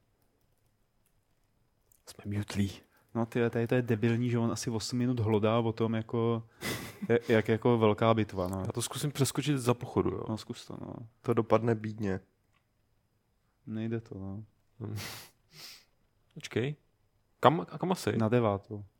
Jsme mutlí. No tady to je debilní, že on asi 8 minut hlodá o tom, jak jako velká bitva. No. Já to zkusím přeskočit za pochodu. Jo. No zkus to, no. To dopadne bídně. Nejde to, no. Počkej. Kam asi? Na 9.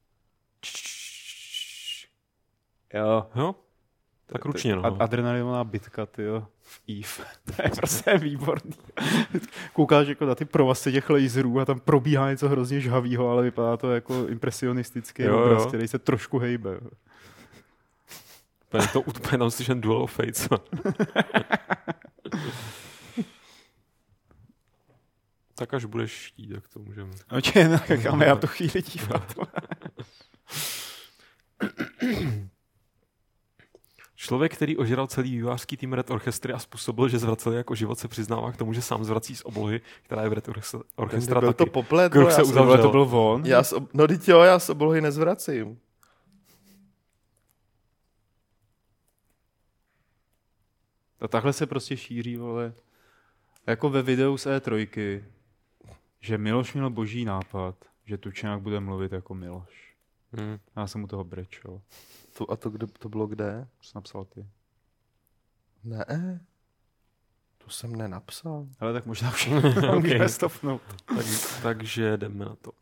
Jo. Jo? Tak ručně, no. Adrenalinová bitka, tyjo, v Eve. To je prostě výborný. Koukáš jako na ty provazce těch laserů a tam probíhá něco hrozně žhavýho, ale vypadá to jako impresionistický obraz, který se trošku hejbe. To úplně tam slyšen Duel of Fates. Tak až budeš štít, tak to můžeme. No já to chvíli dívat. Člověk, který ožral celý vývojářský tým Red Orchestry a způsobil, že zvracel jako život, se přiznává k tomu, že sám zvrací z oblohy, která je v Red Orchestra byl taky. To poplet, Kruh se uzavřel. To byl on. No teď jo, já z oblohy nezvracím. A takhle se prostě šíří, vole, jako ve videu z E3, že Miloš měl boží nápad, že Tučňák bude mluvit jako Miloš. Já jsem mu toho brečel. To bylo kde? Co jsi napsal ty? Ne, to jsem nenapsal. Ale tak možná už můžeme stopnout. Takže jdeme na to.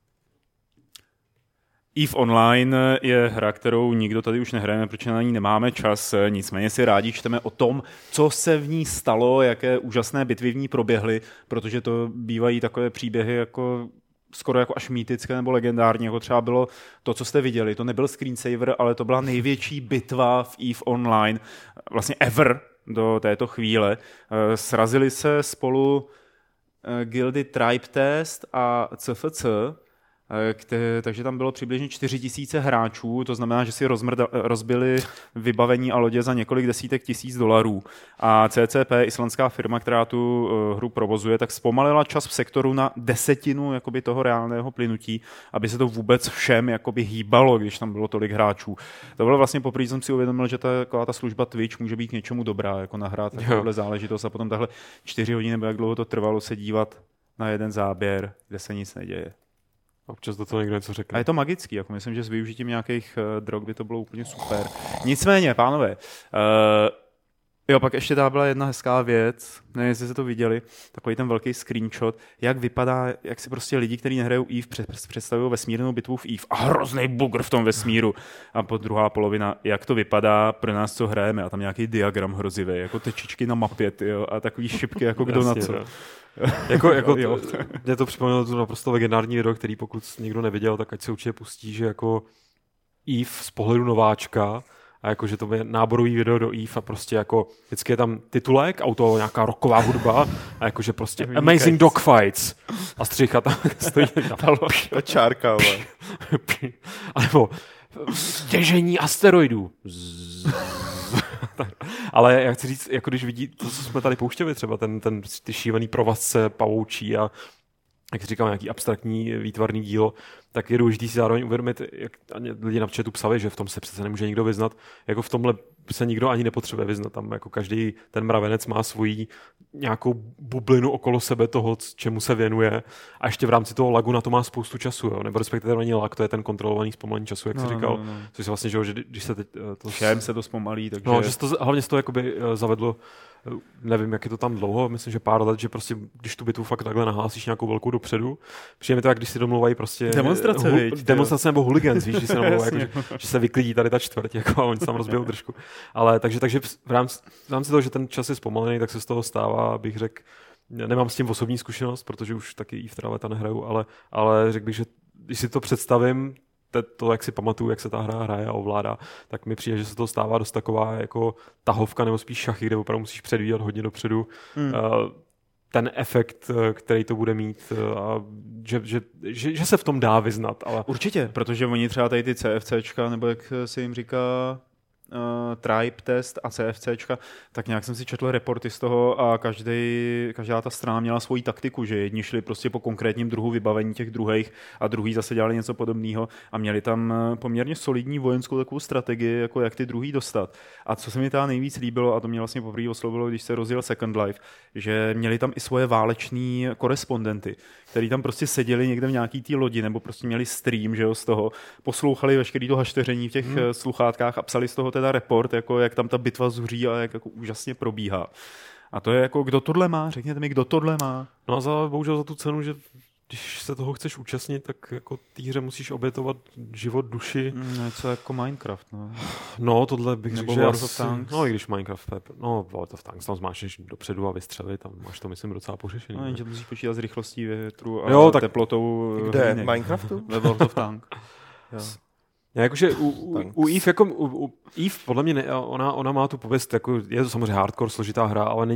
EVE Online je hra, kterou nikdo tady už nehrajeme, protože na ní nemáme čas, nicméně si rádi čteme o tom, co se v ní stalo, jaké úžasné bitvy v ní proběhly, protože to bývají takové příběhy jako skoro jako až mýtické nebo legendární, jako třeba bylo to, co jste viděli. To nebyl screensaver, ale to byla největší bitva v EVE Online, vlastně ever do této chvíle. Srazili se spolu guildy Tribe Test a CFC, takže tam bylo přibližně 4000 hráčů, to znamená, že si rozbili vybavení a lodě za několik desítek tisíc dolarů. A CCP, islandská firma, která tu hru provozuje, tak zpomalila čas v sektoru na 10% jakoby toho reálného plynutí, aby se to vůbec všem jakoby hýbalo, když tam bylo tolik hráčů. To bylo vlastně poprvé, jsem si uvědomil, že ta služba Twitch může být k něčemu dobrá, jako nahrát takovouhle záležitost a potom tahle 4 hodiny, nebo jak dlouho to trvalo se dívat na jeden záběr, kde se nic neděje. Občas do toho někdo něco řekne. A je to magický, jako myslím, že s využitím nějakých drog by to bylo úplně super. Nicméně, pánové, Jo, pak ještě tam byla jedna hezká věc, nevím, jestli jste to viděli, takový ten velký screenshot, jak vypadá, jak si prostě lidi, kteří nehrajou EVE, představují vesmírnou bitvu v EVE a hrozný bugr v tom vesmíru. A po druhá polovina, jak to vypadá pro nás, co hrajeme, a tam nějaký diagram hrozivý, jako tečičky na mapě, tyjo, a takový šipky, jako kdo na co. Mě to připomnělo tu naprosto legendární video, který pokud někdo neviděl, tak ať se určitě pustí, že jako EVE z pohledu nováčka, a jako, že to je náborový video do EVE a prostě jako vždycky je tam titulek, auto, nějaká rocková hudba a jakože prostě Amazing Dogfights a střicha tam stojí ta čárka, ale. Alebo těžení asteroidů. Ale já chci říct, jako když vidí to, co jsme tady pouštěli, třeba ty šílený provazce pavoučí a jak říkám, nějaký abstraktní výtvarný dílo, tak je důležitý si zároveň uvědomit, jak lidi na chatu psali, že v tom se přece nemůže nikdo vyznat. Jako v tomhle se nikdo ani nepotřebuje vyznat. Tam jako každý ten mravenec má svoji nějakou bublinu okolo sebe toho, čemu se věnuje. A ještě v rámci toho lagu na to má spoustu času. Jo? Nebo respektive to není lag, to je ten kontrolovaný zpomalení času, jak jsi říkal. Což je vlastně, že když se teď... Všem se to zpomalí, takže... No, že hlavně se to jakoby zavedlo, nevím, jak je to tam dlouho, myslím, že pár let, že prostě, když tu bitvu fakt takhle nahlásíš nějakou velkou dopředu, přijde mi to, jak když si domluvají prostě demonstrace nebo hooligans, víš, když se domluvají, jako, že se vyklidí tady ta čtvrť, jako, a oni se tam rozbijou držku. Ale takže v rámci toho, že ten čas je zpomalený, tak se z toho stává, bych řekl, nemám s tím osobní zkušenost, protože už taky i v teda leta nehraju, ale řekl bych, že když si to představím, to, jak si pamatuju, jak se ta hra hraje a ovládá, tak mi přijde, že se to stává dost taková jako tahovka nebo spíš šachy, kde opravdu musíš předvídat hodně dopředu ten efekt, který to bude mít a že se v tom dá vyznat. Ale... Určitě, protože oni třeba tady ty CFCčka, nebo jak se jim říká Tribe test a CFCčka, tak nějak jsem si četl reporty z toho a každá ta strana měla svoji taktiku, že jedni šli prostě po konkrétním druhu vybavení těch druhých a druhý zase dělali něco podobného a měli tam poměrně solidní vojenskou takovou strategii, jako jak ty druhý dostat. A co se mi tam nejvíc líbilo, a to mě vlastně poprvé oslovilo, když se rozjel Second Life, že měli tam i svoje váleční korespondenty, který tam prostě seděli někde v nějaký té lodi nebo prostě měli stream, že jo, z toho, poslouchali veškerý to hašteření v těch sluchátkách a psali z toho teda report, jako jak tam ta bitva zuří a jak jako úžasně probíhá. A to je jako, kdo tohle má? Řekněte mi, kdo tohle má? No a bohužel za tu cenu, že když se toho chceš účastnit, tak jako té hře musíš obětovat život, duši. Něco jako Minecraft, no. No, tohle bych řekl, že World of Tanks. No, i když Minecraft, World of Tanks, tam zmášneš dopředu a vystřelit, tam máš to, myslím, docela pořešení. No, jenže musíš počítat s rychlostí větru a tak teplotou. Kde? V Minecraftu? Ve World of Tanks. Já jakože u EVE, jako u EVE, podle mě, ona má tu pověst, jako je to samozřejmě hardcore, složitá hra, ale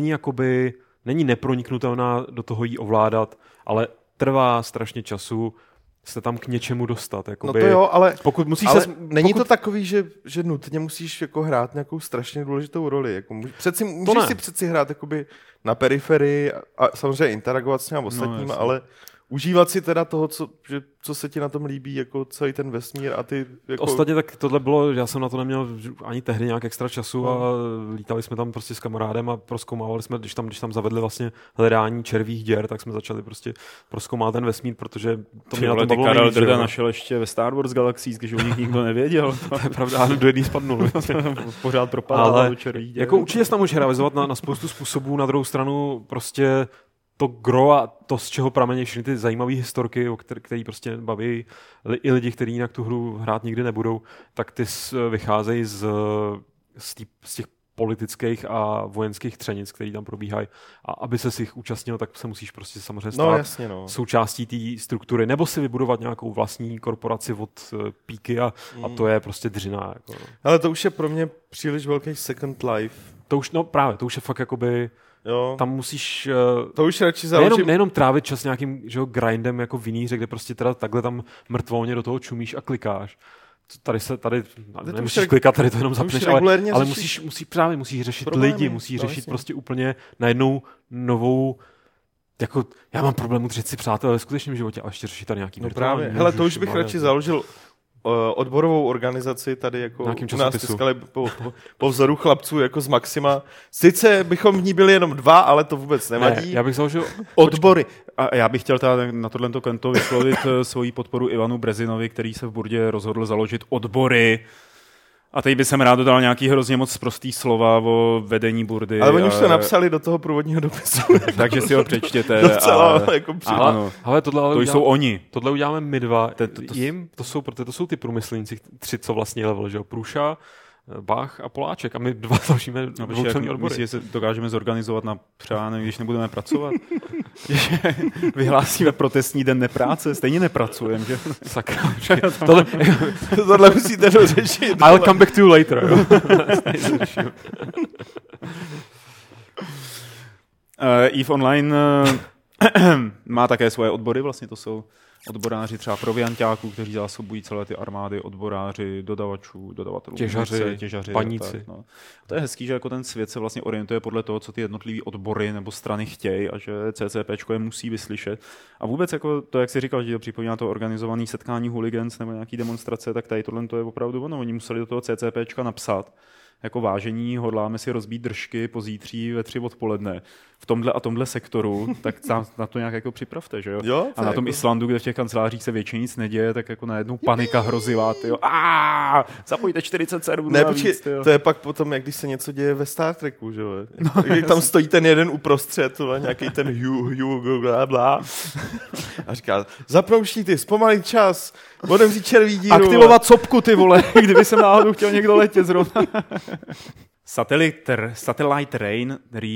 není neproniknutelná do toho jí ovládat, ale trvá strašně času se tam k něčemu dostat. Jakoby, no to jo, ale, pokud musíš není to takový, že nutně musíš jako hrát nějakou strašně důležitou roli. Jako můžeš si přeci hrát jakoby na periferii a samozřejmě interagovat s těmi ostatníma, ale užívat si teda toho, co se ti na tom líbí, jako celý ten vesmír a ty... Jako... Ostatně tak tohle bylo, já jsem na to neměl ani tehdy nějak extra času a lítali jsme tam prostě s kamarádem a prozkoumávali jsme, když tam zavedli vlastně hledání červých děr, tak jsme začali prostě prozkoumat ten vesmír, protože to mě na to bavilo Karel Drda našel ještě ve Star Wars Galaxies, když o nich nikdo nevěděl. To je pravda, ale do jedný spadnul. Pořád propadal do červých děr. Jako určitě se tam může realizovat na spoustu způsobů, na druhou stranu prostě to gro a to, z čeho pramení všechny ty zajímavé historky, který prostě baví i lidi, kteří jinak tu hru hrát nikdy nebudou, tak ty vycházejí z těch politických a vojenských třenic, které tam probíhají. A aby se jich účastnil, tak se musíš prostě samozřejmě stát součástí té struktury, nebo si vybudovat nějakou vlastní korporaci od píky a to je prostě dřina. Jako. Ale to už je pro mě příliš velký Second Life. To už je fakt jakoby... Jo. Tam musíš to už radši založím... nejenom trávit čas nějakým grindem jako v jiný hře, kde prostě teda takhle tam mrtvolně do toho čumíš a klikáš. Tady nemusíš klikat, tady to jenom zapneš, ale musíš řešit problémy, lidi, musíš řešit prostě úplně najednou novou jako, já mám problém udržet si přátelé ve skutečném životě a ještě řešit tady nějaký virtuální. Hele, to už bych radši založil odborovou organizaci tady jako u nás tiskali po vzoru chlapců jako z Maxima. Sice bychom v ní byli jenom 2, ale to vůbec nevadí. Ne, já bych založil odbory. A já bych chtěl na tohleto konto vyslovit svoji podporu Ivanu Brezinovi, který se v Burdě rozhodl založit odbory. A teď by jsem rád dodal nějaký hrozně moc prostý slova o vedení burdy. Ale oni už to napsali do toho průvodního dopisu. Takže si ho přečtěte. Docela jako ano. Ale tohle to jsou oni. Tohle uděláme my dva. To jsou ty průmyslníci, 3, co vlastně level, že jo? Průša, Bach a Poláček. A my dva založíme dvoučlenný odbory. Myslíš, že se dokážeme zorganizovat na přány, když nebudeme pracovat? Vyhlásíme protestní den nepráce, stejně nepracujeme, že? Sakra. Tohle musíte dořešit. I'll come back to you later. EVE Online má také svoje odbory, vlastně to jsou odboráři třeba provianťáků, kteří zásobují celé ty armády, odboráři, dodavatelů, těžaři, paníci. Tak, no. To je hezký, že jako ten svět se vlastně orientuje podle toho, co ty jednotlivý odbory nebo strany chtějí a že CCPčko je musí vyslyšet. A vůbec jako to, jak jsi říkal, že to připomíná to organizované setkání hooligans nebo nějaký demonstrace, tak tady tohle to je opravdu ono. Oni museli do toho CCPčka napsat, jako vážení, hodláme si rozbít držky pozítří ve 3 odpoledne v tomhle sektoru, tak na to nějak jako připravte, že jo? Jo, a na tom jako... Islandu, kde v těch kancelářích se většině nic neděje, tak jako najednou panika hrozila, tyjo. Zapojte 47 Ne, navíc, to je pak potom, jak když se něco děje ve Star Treku, že jo? No, tam stojí ten jeden uprostřed, nějaký ten Hugh, blá. A říká, zapnou štíty, zpomalit čas, otevřít červí díru. Aktivovat sopku, ty vole, kdyby se náhodou chtěl někdo letět zrovna. Satellite Rain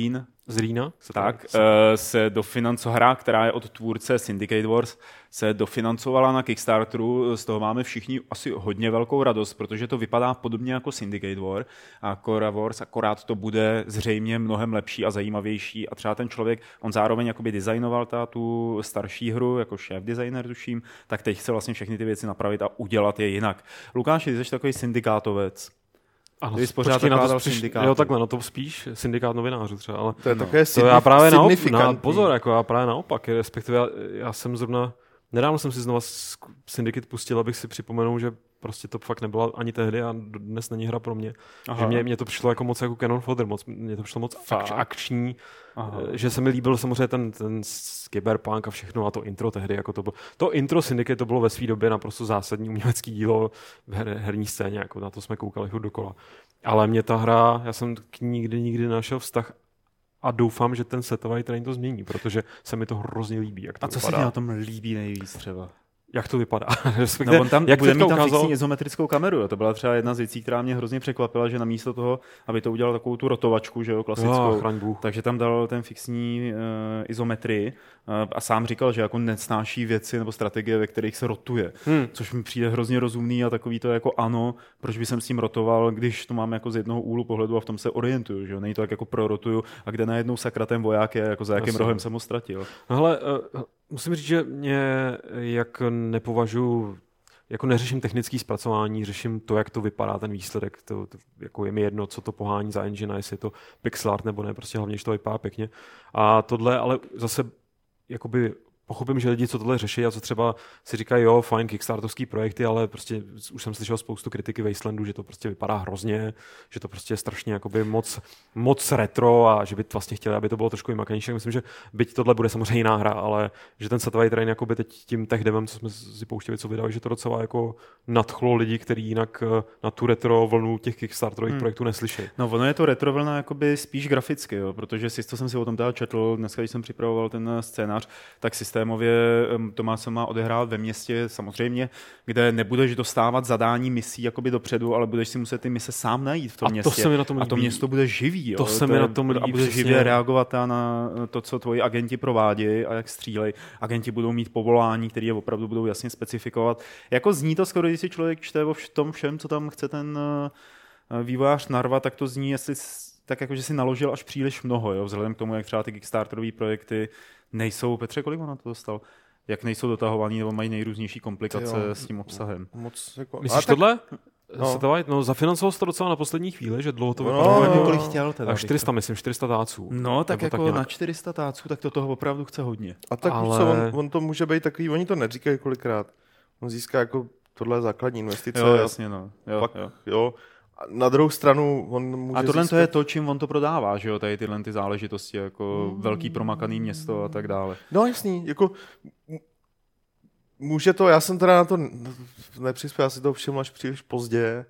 z Rýna, tak, se hra, která je od tvůrce Syndicate Wars, se dofinancovala na Kickstarteru. Z toho máme všichni asi hodně velkou radost, protože to vypadá podobně jako Syndicate War a Cora Wars, akorát to bude zřejmě mnohem lepší a zajímavější. A třeba ten člověk, on zároveň jakoby designoval tu starší hru, jako šéf designer tuším, tak teď chce vlastně všechny ty věci napravit a udělat je jinak. Lukáš, ty jsi takový syndikátovec. Ano, počkej, na to jo, takhle, no to spíš syndikát novinářů třeba, ale to je také to já právě pozor, jako já právě naopak, respektive já jsem zrovna, nedávno jsem si znova Syndicate pustil, abych si připomenul, že prostě to fakt nebyla ani tehdy a dnes není hra pro mě. Aha. Že mě to přišlo jako moc jako Cannon Fodder, mě to přišlo moc akční, že se mi líbil samozřejmě ten Cyberpunk a všechno a to intro tehdy, jako to bylo. To intro Syndicate to bylo ve své době naprosto zásadní umělecký dílo v herní scéně, jako na to jsme koukali furt dokola. Ale mě ta hra, já jsem k nikdy našel vztah a doufám, že ten setový train to změní, protože se mi to hrozně líbí, jak to vypadá. A co vypadá. se ti na tom líbí nejvíc třeba? Jak to vypadá? No, on tam bude mít tam fixní izometrickou kameru. Jo. To byla třeba jedna z věcí, která mě hrozně překvapila, že namísto toho, aby to udělal takovou tu rotovačku, že jo, klasickou, takže tam dal ten fixní izometrii a sám říkal, že jako nesnáší věci nebo strategie, ve kterých se rotuje. Což mi přijde hrozně rozumný a takový to jako ano, proč by jsem s tím rotoval, když to mám jako z jednoho úhlu pohledu a v tom se orientuju, že jo. Není to jako prorotuju a kde najednou sakra ten voják je, jako za jakým rohem jsem ho ztratil. No hele, musím říct, že mě jak nepovažuji, jako neřeším technické zpracování, řeším to, jak to vypadá, ten výsledek. To jako je mi jedno, co to pohání za engine, jestli je to pixel art nebo ne, prostě hlavně, že to vypadá pěkně. A tohle, ale zase jakoby pochopím, že lidi, co tohle řeší a co třeba si říkají, jo, fajn, kickstartovský projekty, ale prostě už jsem slyšel spoustu kritiky Wastelandu, že to prostě vypadá hrozně, že to prostě je strašně jakoby moc retro a že by vlastně chtěli, aby to bylo trošku vymakanější. Myslím, že byť tohle bude samozřejmě jiná hra, ale že ten setový train jakoby teď tím tech devem, co jsme si pouštěli, co vydali, že to docela jako nadchlo lidi, kteří jinak na tu retro vlnu těch kickstarterových projektů neslyší. No, ono je to retro vlna jakoby spíš graficky, jo, protože to jsem si o tom teda četl, dneska, když jsem připravoval ten scénář, tak systémově to se má odehrát ve městě samozřejmě, kde nebudeš dostávat zadání misí jakoby dopředu, ale budeš si muset ty mise sám najít v tom městě. A to město bude živý. Jo. To se mi na tom líbí. A budeš živě reagovat na to, co tvoji agenti provádějí a jak střílej. Agenti budou mít povolání, které je opravdu budou jasně specifikovat. Jako zní to skoro, když si člověk čte o tom všem, co tam chce ten vývojář narvat, tak to zní, jestli tak jako, že si naložil až příliš mnoho, jo, vzhledem k tomu, jak třeba ty kickstarterové projekty nejsou, Petře, kolik on na to dostal? Jak nejsou dotahovaný nebo mají nejrůznější komplikace s tím obsahem. Moc jako... Myslíš tohle? No, zafinancoval jsi to docela na poslední chvíli, že dlouho to vypadalo. Kolik chtěl teda? 400, myslím, 400 táců. No, tak jako na 400 táců, tak to toho opravdu chce hodně. A tak ale... on to může být takový, oni to neříkají kolikrát. On získá jako tohle základní investice. Jo, jasně, no. Jo. Na druhou stranu on může a tohle to je to, čím on to prodává, že jo, tady tyhle ty záležitosti, jako velký promakaný město a tak dále. No jasný, jako může to, já jsem teda na to nepřispěl, já si to všiml až příliš pozdě,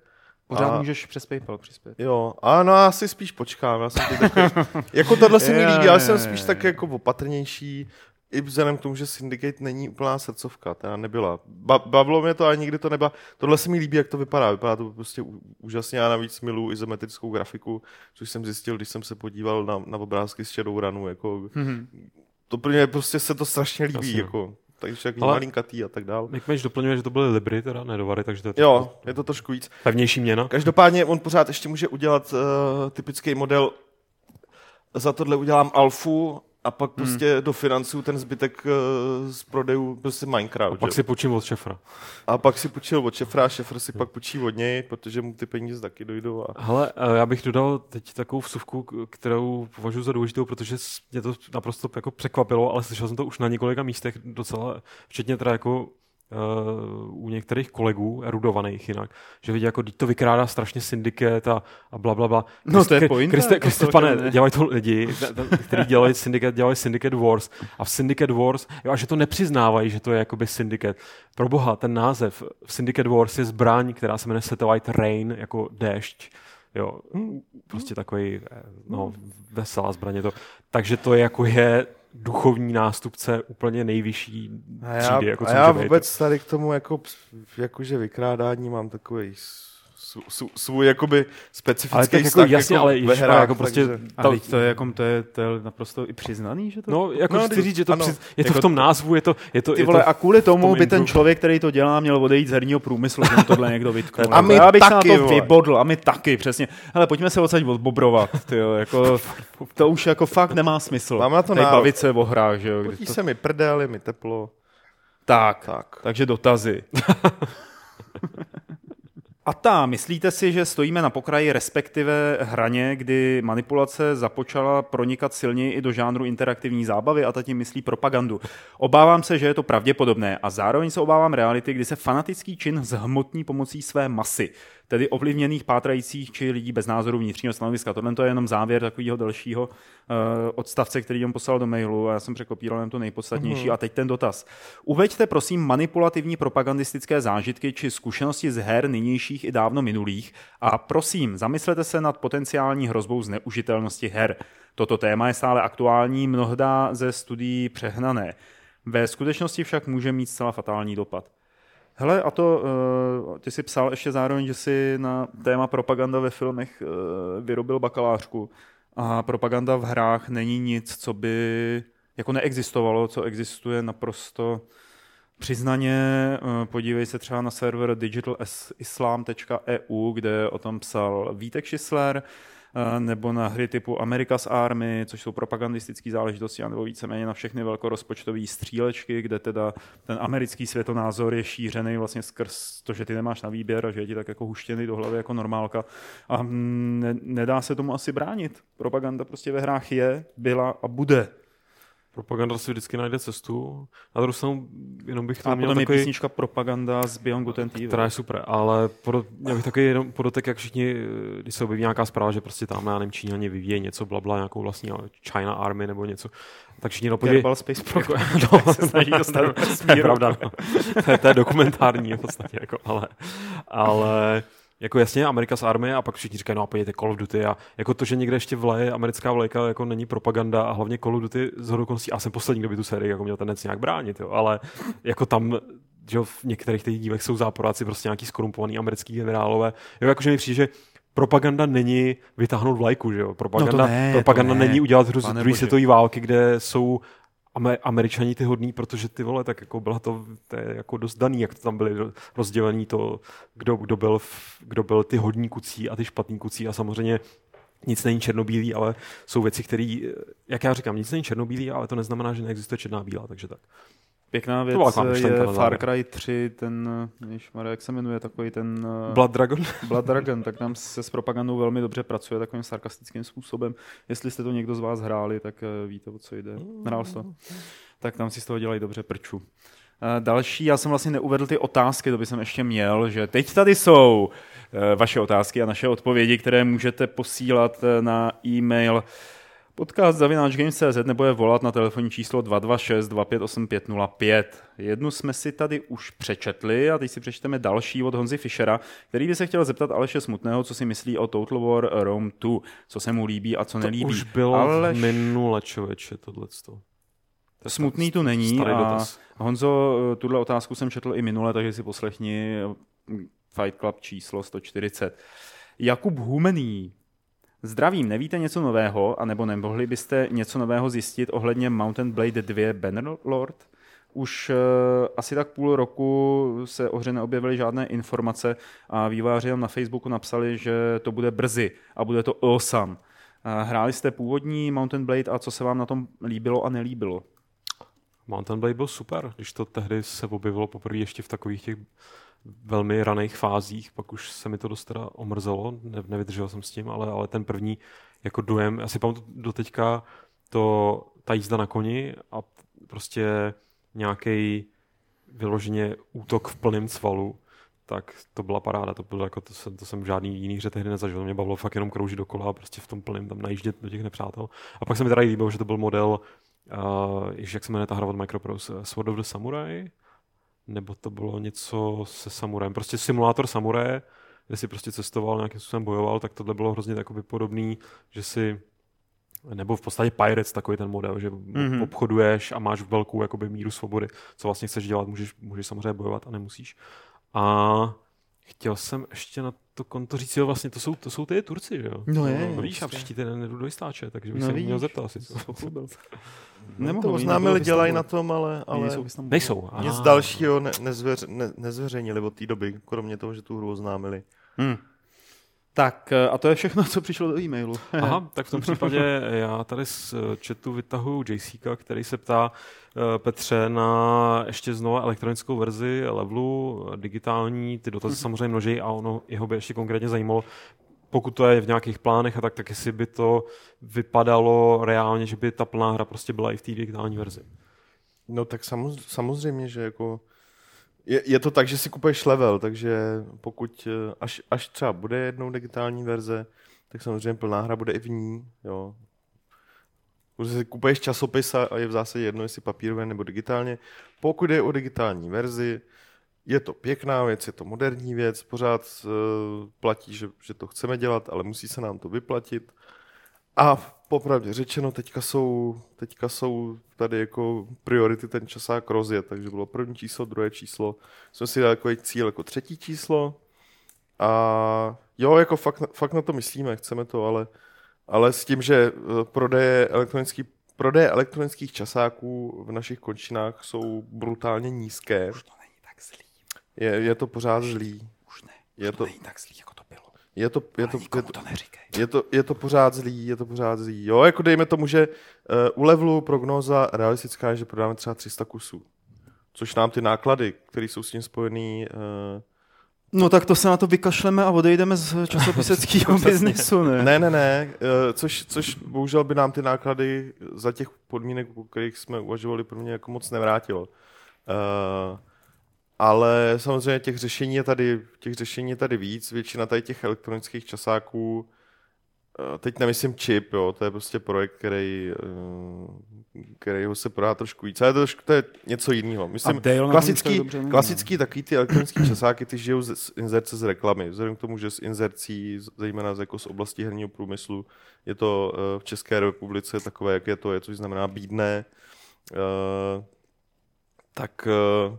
Pořád můžeš přes PayPal přispět. Jo, no já si spíš počkám. Já jsem takový, jako tohle se mi líbí, ale jsem spíš tak jako opatrnější. I vzhledem k tomu, že Syndicate není úplná srdcovka, teda nebyla. Bavilo mě to, ale nikdy to nebyla. Tohle se mi líbí, jak to vypadá. Vypadá to prostě úžasně, já navíc miluji izometrickou grafiku, což jsem zjistil, když jsem se podíval na obrázky z Shadowrunu. Jako, to pro mě prostě se to strašně líbí. Jako, takže jak malinkatý a tak dál. Mikmeš doplňuje, že to byly libry, teda ne dolary, takže to je jo, je to trošku víc. Pevnější měna. Každopádně on pořád ještě může udělat typický model. Za tohle udělám alfu, a pak prostě dofinancuju ten zbytek z prodejů prostě Minecraft. A pak si půjčím od Šefra. A pak si půjčil od Šefra a Šefr si pak půjčí od něj, protože mu ty peníze taky dojdou. Hele, já bych dodal teď takovou vsuvku, kterou považuji za důležitou, protože mě to naprosto jako překvapilo, ale slyšel jsem to už na několika místech docela, včetně teda jako u některých kolegů, erudovaných jinak, že vidí, jako to vykrádá strašně Syndicate a blablabla. No to je point. Kristof, pane, dělají to lidi, kteří dělají Syndicate Wars a v Syndicate Wars, jo, a že to nepřiznávají, že to je jakoby Syndicate. Pro boha, ten název v Syndicate Wars je zbraň, která se jmenuje Satellite Rain, jako déšť. Jo, prostě takový veselá zbraně to. Takže to je jako duchovní nástupce úplně nejvyšší třídy. Jako a já vůbec tady k tomu jakože vykrádání mám takový svůj jakoby specifický vztah jako, jasně, ale ve hrách, jako prostě ale to je naprosto i přiznaný, že to? No, jako chci říct, že to je to v tom názvu, je to ty vole, a kvůli tomu by ten člověk, který to dělá, měl odejít z herního průmyslu, že mu tohle někdo vytknul. A my já bych taky, se na to vybodl, a my taky, přesně. Hele, pojďme se odsaď odbobrovat, tyjo, jako to už jako fakt nemá smysl. Mám na to bavit se o hrách, že jo. Potí se mi prdel, je mi teplo. Tak. Takže dotazy. A myslíte si, že stojíme na pokraji, respektive hraně, kdy manipulace započala pronikat silněji i do žánru interaktivní zábavy, a tím myslí propagandu? Obávám se, že je to pravděpodobné, a zároveň se obávám reality, kdy se fanatický čin zhmotní pomocí své masy, tedy ovlivněných, pátrajících či lidí bez názoru vnitřního stanoviska. Tohle to je jenom závěr takového dalšího odstavce, který on poslal do mailu, a já jsem překopíral jen to nejpodstatnější. A teď ten dotaz. Uveďte prosím manipulativní propagandistické zážitky či zkušenosti z her nynějších i dávno minulých a prosím, zamyslete se nad potenciální hrozbou zneužitelnosti her. Toto téma je stále aktuální, mnohda ze studií přehnané. Ve skutečnosti však může mít zcela fatální dopad. Hele, a to, ty jsi psal ještě zároveň, že jsi na téma propaganda ve filmech vyrobil bakalářku. A propaganda v hrách není nic, co by jako neexistovalo, co existuje naprosto přiznaně. Podívej se třeba na server digitalislam.eu, kde o tom psal Vítek Šisler, nebo na hry typu America's Army, což jsou propagandistické záležitosti, nebo víceméně na všechny velkorozpočtové střílečky, kde teda ten americký světonázor je šířený vlastně skrz to, že ty nemáš na výběr a že je ti tak jako huštěný do hlavy jako normálka. A nedá se tomu asi bránit. Propaganda prostě ve hrách je, byla a bude. Propaganda si vždycky najde cestu. Na druhou stranu, jenom bych to měl potom takový... je písnička Propaganda z Beyond Good and Evil. Která je super, ale měl bych takový jenom podotek, jak všichni, když se objeví nějaká zpráva, že prostě tam, já nevím, Číňani vyvíjejí něco, blabla, nějakou vlastní China Army nebo něco, tak všichni podívej... Kerbal Space Program. No, se snaží dostat to je pravda, no. To je dokumentární v podstatě, jako, ale jako jasně America's Army a pak všichni říkají, no a pojďte Call of Duty a jako to, že někde ještě vlaje americká vlajka, jako není propaganda a hlavně Call of Duty z hodokoností, a jsem poslední, kdo by tu sérii jako měl tendenci nějak bránit, jo, ale jako tam, že v některých těch dílech jsou záporáci prostě nějaký skorumpovaný americký generálové, jo, jakože mi přijde, že propaganda není vytáhnout vlajku, že jo, propaganda není udělat hru z druhé světové války, kde jsou Američani ty hodný, protože ty vole, tak jako byla to je jako dost daný, jak to tam byly rozdělení to, kdo byl ty hodní kucí a ty špatný kucí a samozřejmě nic není černobílý, ale jsou věci, které, jak já říkám, nic není černobílý, ale to neznamená, že neexistuje černá bílá, takže tak. Pěkná věc je Far Cry 3, ten, jak se jmenuje, takový ten... Blood Dragon? Blood Dragon, tak tam se s propagandou velmi dobře pracuje takovým sarkastickým způsobem. Jestli jste to někdo z vás hráli, tak víte, o co jde. Hrál jsi to? Tak tam si z toho dělají dobře prču. Další, já jsem vlastně neuvedl ty otázky, to by jsem ještě měl, že teď tady jsou vaše otázky a naše odpovědi, které můžete posílat na e-mail Podcast@games.cz nebo je volat na telefonní číslo 226 258 505. Jednu jsme si tady už přečetli a teď si přečteme další od Honzy Fischera, který by se chtěl zeptat Aleše Smutného, co si myslí o Total War Rome 2, co se mu líbí a co nelíbí. To už bylo minule, člověče, tohleto. Smutný tu není a Honzo, tuhle otázku jsem četl i minule, takže si poslechni Fight Club číslo 140. Jakub Humený. Zdravím, nevíte něco nového, anebo nemohli byste něco nového zjistit ohledně Mountain Blade 2 Bannerlord? Už asi tak půl roku se o hře neobjevily žádné informace a vývojáři na Facebooku napsali, že to bude brzy a bude to awesome. Hráli jste původní Mountain Blade a co se vám na tom líbilo a nelíbilo? Mountain Blade byl super, když to tehdy se objevilo poprvé ještě v takových těch velmi raných fázích, pak už se mi to dost teda omrzelo, nevydržel jsem s tím, ale ten první jako dojem, asi pamatuju doteďka ta jízda na koni a prostě nějaký vyloženě útok v plném cvalu, tak to byla paráda, to bylo jako, to jsem v žádný jiný hře tehdy nezažil, mě bavilo fakt jenom kroužit dokola a prostě v tom plném tam najíždět do těch nepřátel. A pak se mi teda líbilo, že to byl model, jak se jmenuje ta hra od Microprose, Sword of the Samurai, nebo to bylo něco se samurajem. Prostě simulátor samuraje, kde si prostě cestoval, nějakým způsobem bojoval, tak tohle bylo hrozně takový podobný, že si, nebo v podstatě Pirates, takový ten model, že obchoduješ a máš velkou jakoby míru svobody, co vlastně chceš dělat, můžeš samozřejmě bojovat a nemusíš. A chtěl jsem ještě na to konto říct, jo, vlastně to jsou ty Turci, že jo? No je. No víš, a příští týden nejdu do Jistáče, takže bych se měl zeptat asi. To oznámili, dělají na tom, ale nejsou. Nic dalšího nezveřejnili od té doby, kromě toho, že tu hru oznámili. Tak a to je všechno, co přišlo do e-mailu. Aha, tak v tom případě já tady z chatu vytahuju JCka, který se ptá Petře na ještě znova elektronickou verzi levelu, digitální, ty dotazy samozřejmě množí a jeho by ještě konkrétně zajímalo, pokud to je v nějakých plánech a tak jestli by to vypadalo reálně, že by ta plná hra prostě byla i v té digitální verzi. No tak samozřejmě, že jako je to tak, že si kupuješ level, takže pokud až třeba bude jednou digitální verze, tak samozřejmě plná hra bude i v ní. Jo. Když si kupuješ časopis a je v zásadě jedno, jestli papírově nebo digitálně. Pokud je o digitální verzi, je to pěkná věc, je to moderní věc, pořád platí, že to chceme dělat, ale musí se nám to vyplatit. A popravdě řečeno, teďka jsou tady jako priority ten časák rozjet, takže bylo první číslo, druhé číslo. Jsme si dali jako cíl jako třetí číslo a jako fakt na to myslíme, chceme to, ale s tím, že prodeje elektronických časáků v našich končinách jsou brutálně nízké. Už to není tak zlý. Je to pořád zlý. Už ne, to není tak zlý, jako to bylo. To neříkej. Je to pořád zlý. Jo, jako dejme tomu, že u levelu prognóza realistická je, že prodáme třeba 300 kusů. Což nám ty náklady, které jsou s tím spojený... No tak to se na to vykašleme a odejdeme z časopiseckého biznesu, ne? Ne. Což bohužel by nám ty náklady za těch podmínek, o kterých jsme uvažovali, pro mě jako moc nevrátilo. Ale samozřejmě těch řešení je tady víc. Většina tady těch elektronických časáků, teď nemyslím čip, jo, to je prostě projekt, kterýho se prodá trošku víc. Ale to je něco jiného. Myslím, klasický takový ty elektronické časáky, ty žijou z inzerce z reklamy. Vzhledem k tomu, že z inzercí, zejména jako z oblasti herního průmyslu, je to v České republice takové, jak je to, což znamená bídné, tak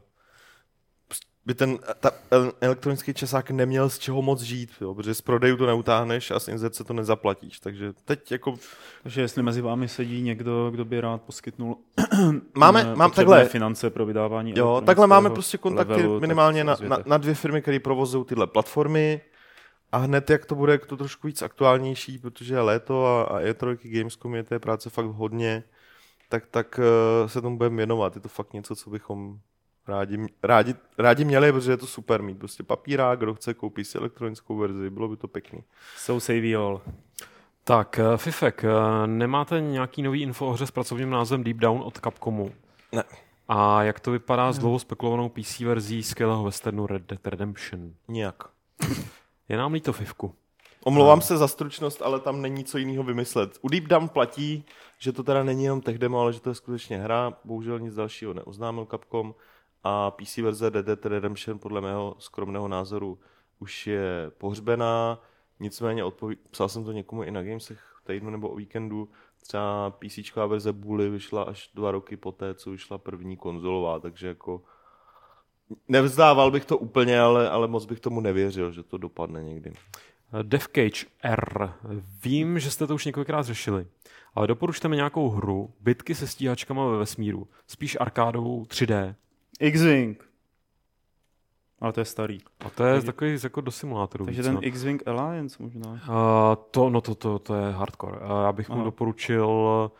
by ten elektronický časák neměl z čeho moc žít, jo, protože z prodejů to neutáhneš a z inzerce to nezaplatíš. Takže teď jako... Takže jestli mezi vámi sedí někdo, kdo by rád poskytnul mám takhle finance pro vydávání. Jo, takhle máme prostě kontakty levelu, minimálně na 2 firmy, které provozují tyhle platformy a hned jak to bude to trošku víc aktuálnější, protože je léto a E3 Gamescom je té práce fakt hodně, tak se tomu budeme věnovat. Je to fakt něco, co bychom rádi měli, protože je to super mít prostě papírák, kdo chce, koupí si elektronickou verzi, bylo by to pěkný. So save all. Tak, Fifek, nemáte nějaký nový info o hře s pracovním názvem Deep Down od Capcomu? Ne. A jak to vypadá s dlouho spekulovanou PC verzí skvělého westernu Red Dead Redemption? Nijak. Je nám líto, Fifku. Omlouvám se za stručnost, ale tam není co jiného vymyslet. U Deep Down platí, že to teda není jenom tech demo, ale že to je skutečně hra. Bohužel nic dalšího neoznámil Capcom a PC verze Red Dead Redemption podle mého skromného názoru už je pohřbená. Nicméně psal jsem to někomu i na Gamesech v týdnu nebo o víkendu. Třeba PCčková verze Bully vyšla až 2 roky poté, co vyšla první konzolová, takže jako nevzdával bych to úplně, ale moc bych tomu nevěřil, že to dopadne někdy. Deathcage R. Vím, že jste to už několikrát řešili, ale doporučte mi nějakou hru, bitky se stíhačkama ve vesmíru, spíš arkádovou 3D. X-Wing. Ale to je starý. A to je takový jako do simulátoru. Takže víc, ten X-Wing Alliance možná. To je hardcore. Já bych mu doporučil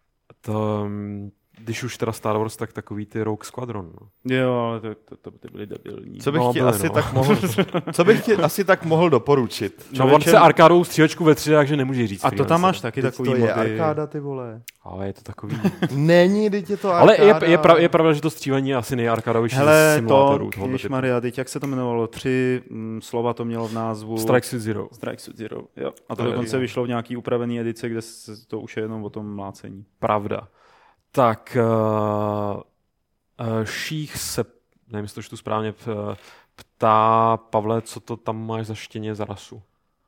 když už teda Star Wars, tak takový ty Rogue Squadron. No. Jo, ale to by byly debilní. Co bych ti asi tak mohl doporučit? No, on se arkádovou střílečku ve 3D, takže nemůže říct. A to tam máš taky takový mody. To je arkáda, ty vole. Ale je to takový... Není, teď je to arkáda. Ale je pravda, že to střílení je asi nejarkádovější z simulátorů. Hele, ježišmarja, teď jak se to jmenovalo? 3 slova to mělo v názvu. Strike Suit Zero. Strike Suit Zero, jo. A to dokonce vyšlo v nějaký upravený edici, kde to už je jenom o tom mlácení. Pravda. Tak Ších se, nevím, jestli to čtu správně, ptá, Pavle, co to tam máš za štěně za rasu?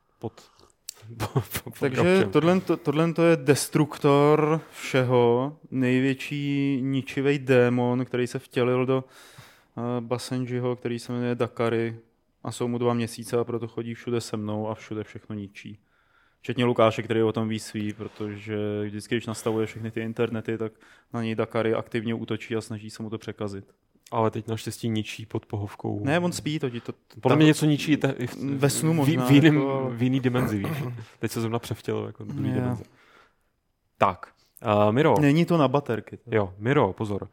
Takže tohle je destruktor všeho, největší ničivý démon, který se vtělil do Basenjiho, který se jmenuje Dakari a jsou mu 2 měsíce a proto chodí všude se mnou a všude všechno ničí. Včetně Lukáše, který o tom ví svý, protože vždycky, když nastavuje všechny ty internety, tak na něj Dakari aktivně útočí a snaží se mu to překazit. Ale teď naštěstí ničí pod pohovkou. Ne, on spí. Podle mě něco ničí ve snu možná. V jiný dimenzi, víš. Teď se zrovna převtělo jako do druhé dimenze. Tak, Miro. Není to na baterky. Jo, Miro, pozor.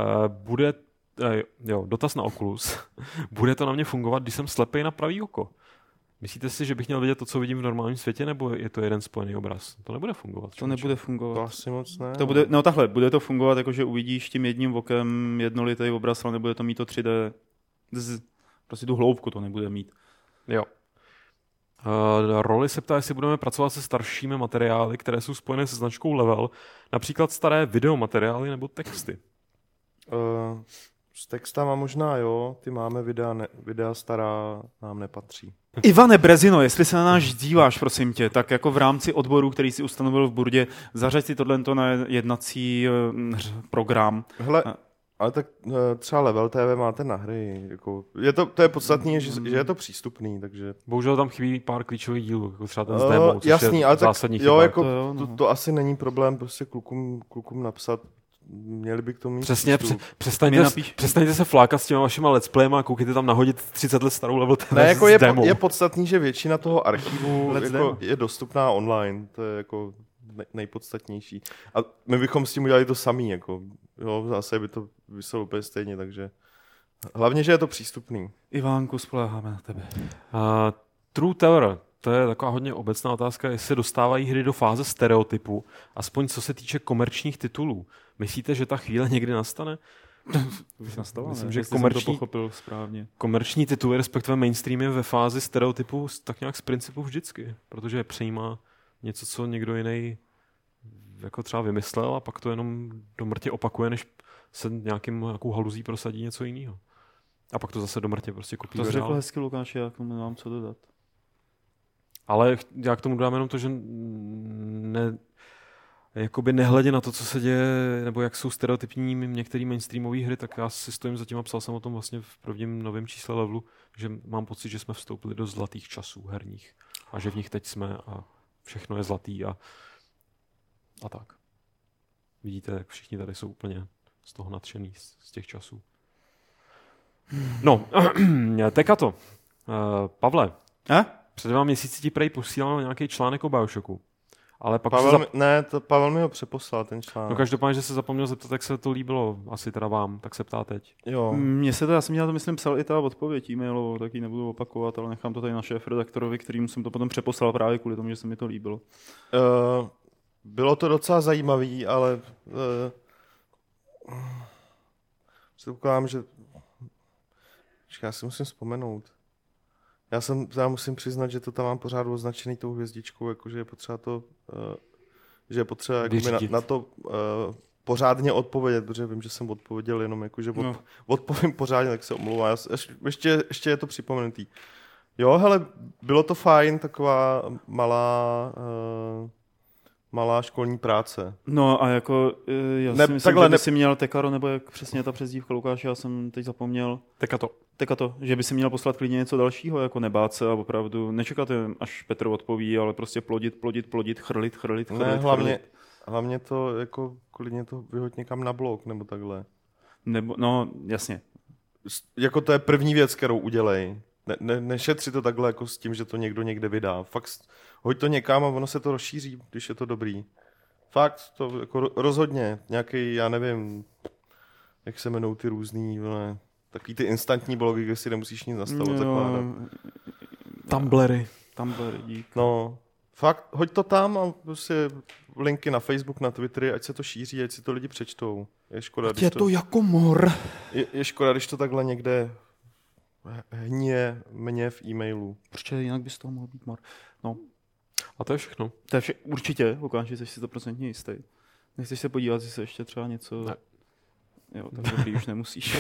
Dotaz na Oculus. Bude to na mě fungovat, když jsem slepej na pravý oko? Myslíte si, že bych měl vidět to, co vidím v normálním světě, nebo je to jeden spojený obraz? To nebude fungovat. To nebude fungovat. To asi moc ne. Bude to fungovat, jako že uvidíš tím jedním okem jednolitý obraz, ale nebude to mít to 3D. Prostě tu hloubku to nebude mít. Jo. Roli se ptá, jestli budeme pracovat se staršími materiály, které jsou spojené se značkou Level, například staré videomateriály nebo texty. S textama možná jo, ty máme videa stará, nám nepatří. Ivane Brezino, jestli se na nás díváš, prosím tě, tak jako v rámci odboru, který si ustanovil v Burdě, zařaď si tohle na jednací program. Hele, ale tak třeba Level TV máte na hry. Jako, to je podstatné, že je to přístupný, takže... Bohužel tam chybí pár klíčových dílů, jako třeba ten s demo, což jasný, je ale zásadní tak, chyba. Jako, to asi není problém prostě klukům napsat. Měli by k tomu mít přesně, přestaňte se flákat s těma vašima let's playema a koukejte tam nahodit 30 let starou Level TV jako s demo. Je podstatný, že většina toho archivu jako je dostupná online, to je jako nejpodstatnější. A my bychom s tím udělali to samý, jako, jo, zase by to vyselo úplně stejně, takže hlavně, že je to přístupný. Ivánku, spoléháme na tebe. True Tower. To je taková hodně obecná otázka, jestli se dostávají hry do fáze stereotypu, aspoň co se týče komerčních titulů. Myslíte, že ta chvíle někdy nastane? Myslím, že jsem to pochopil správně. Komerční tituly, respektive mainstream je ve fázi stereotypu tak nějak z principu vždycky, protože přejímá něco, co někdo jiný jako třeba vymyslel a pak to jenom do mrtě opakuje, než se nějakou haluzí prosadí něco jiného. A pak to zase do mrtě prostě kopíruje. To jsi řekl hezky, Lukáši, já k tomu nemám co dodat. Ale já k tomu dodám jenom to, že jakoby nehledě na to, co se děje, nebo jak jsou stereotypní některé mainstreamové hry, tak já si stojím za tím a psal jsem o tom vlastně v prvním novém čísle Levelu, že mám pocit, že jsme vstoupili do zlatých časů herních a že v nich teď jsme a všechno je zlatý a tak. Vidíte, jak všichni tady jsou úplně z toho nadšený, z těch časů. No, Tekato. Pavle. Před 2 měsíci ti prej posílal nějaký článek o Bioshocku. Ale pak Pavel mi ho přeposlal, ten článek. No každopádně, že se zapomněl zeptat, jak se to líbilo, asi teda vám, tak se ptá teď. Jo. Mně se to, já jsem měl to, myslím, psal i ta odpověď e-mailovou, tak ji nebudu opakovat, ale nechám to tady na šéfredaktorovi, kterým jsem to potom přeposlal právě kvůli tomu, že se mi to líbilo. Bylo to docela zajímavý, ale předpokládám, že já si musím vzpomenout. Já musím přiznat, že to tam mám pořád označený tou hvězdičkou, jakože je potřeba to, že je potřeba jako na to pořádně odpovědět, protože vím, že jsem odpověděl jenom jakože odpovím pořádně, tak se omlouvám. Ještě je to připomenutý. Jo, hele, bylo to fajn, taková malá školní práce. No a jako, já si myslím, že by si měl Tekaro, nebo jak přesně ta přezdívka Lukáš, já jsem teď zapomněl. Tekato, že by si měl poslat klidně něco dalšího, jako nebát se a opravdu nečekat, až Petr odpoví, ale prostě plodit, chrlit. Ne, hlavně to, jako klidně to vyhoď někam na blog, nebo takhle. Nebo, no, jasně. Jako to je první věc, kterou udělej. Nešetři to takhle jako s tím, že to někdo někde vydá. Fakt hoď to někam a ono se to rozšíří, když je to dobrý. Fakt, to jako rozhodně. Nějaký, já nevím, jak se jmenou ty různý, takový ty instantní blogy, kde si nemusíš nic nastavovat, zakládat. Tumblery, dík. No, fakt, hoď to tam a prostě linky na Facebook, na Twittery, ať se to šíří, ať si to lidi přečtou. Je škoda, je to jako mor. Je škoda, když to takhle někde hníje mě v e-mailu. Proč jinak by z toho mohl být mor? No. A to je všechno. Určitě, Lukáš, jsi si 100% jistý. Nechceš se podívat, jestli se ještě třeba něco... Ne. Jo, tak dobrý, už nemusíš.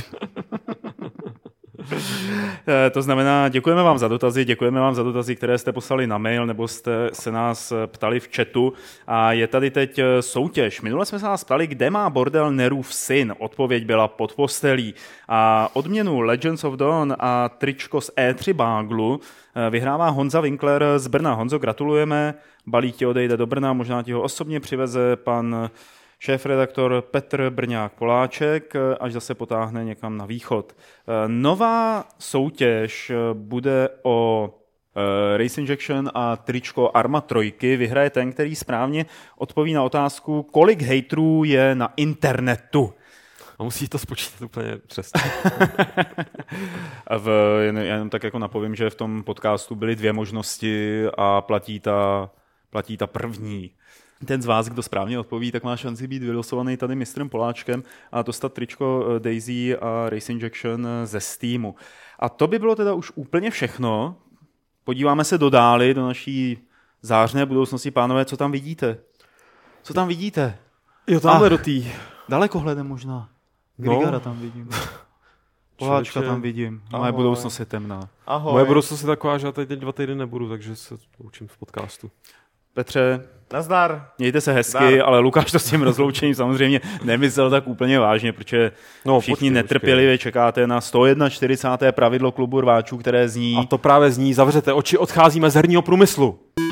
To znamená, děkujeme vám za dotazy, které jste poslali na mail, nebo jste se nás ptali v chatu. A je tady teď soutěž. Minule jsme se nás ptali, kde má bordel Nerův syn. Odpověď byla pod postelí. A odměnu Legends of Dawn a tričko z E3 Báglu vyhrává Honza Winkler z Brna. Honzo, gratulujeme. Balík ti odejde do Brna, možná ti ho osobně přiveze pan šéfredaktor Petr Brňák-Poláček, až zase potáhne někam na východ. Nová soutěž bude o Race Injection a tričko Arma 3. Vyhraje ten, který správně odpoví na otázku, kolik hejtrů je na internetu. A musí to spočítat úplně přesně. Já jenom tak jako napovím, že v tom podcastu byly 2 možnosti a platí ta první. Ten z vás, kdo správně odpoví, tak má šanci být vylosovaný tady mistrem Poláčkem a dostat tričko Daisy a Race Injection ze Steamu. A to by bylo teda už úplně všechno. Podíváme se do dály, do naší zářné budoucnosti. Pánové, co tam vidíte? Jo, tamhle do tý. Dalekohledem možná. Grigara tam vidím. Poláčka tam vidím. Moje budoucnost je temná. Ahoj. Moje budoucnost je taková, že já tady 2 týdny nebudu, takže se učím v podcastu. Petře, nazdar. Mějte se hezky, ale Lukáš to s tím rozloučením samozřejmě nemyslel tak úplně vážně, protože všichni netrpělivě čekáte na 141. pravidlo klubu rváčů, které zní... A to právě zní, zavřete oči, odcházíme z herního průmyslu.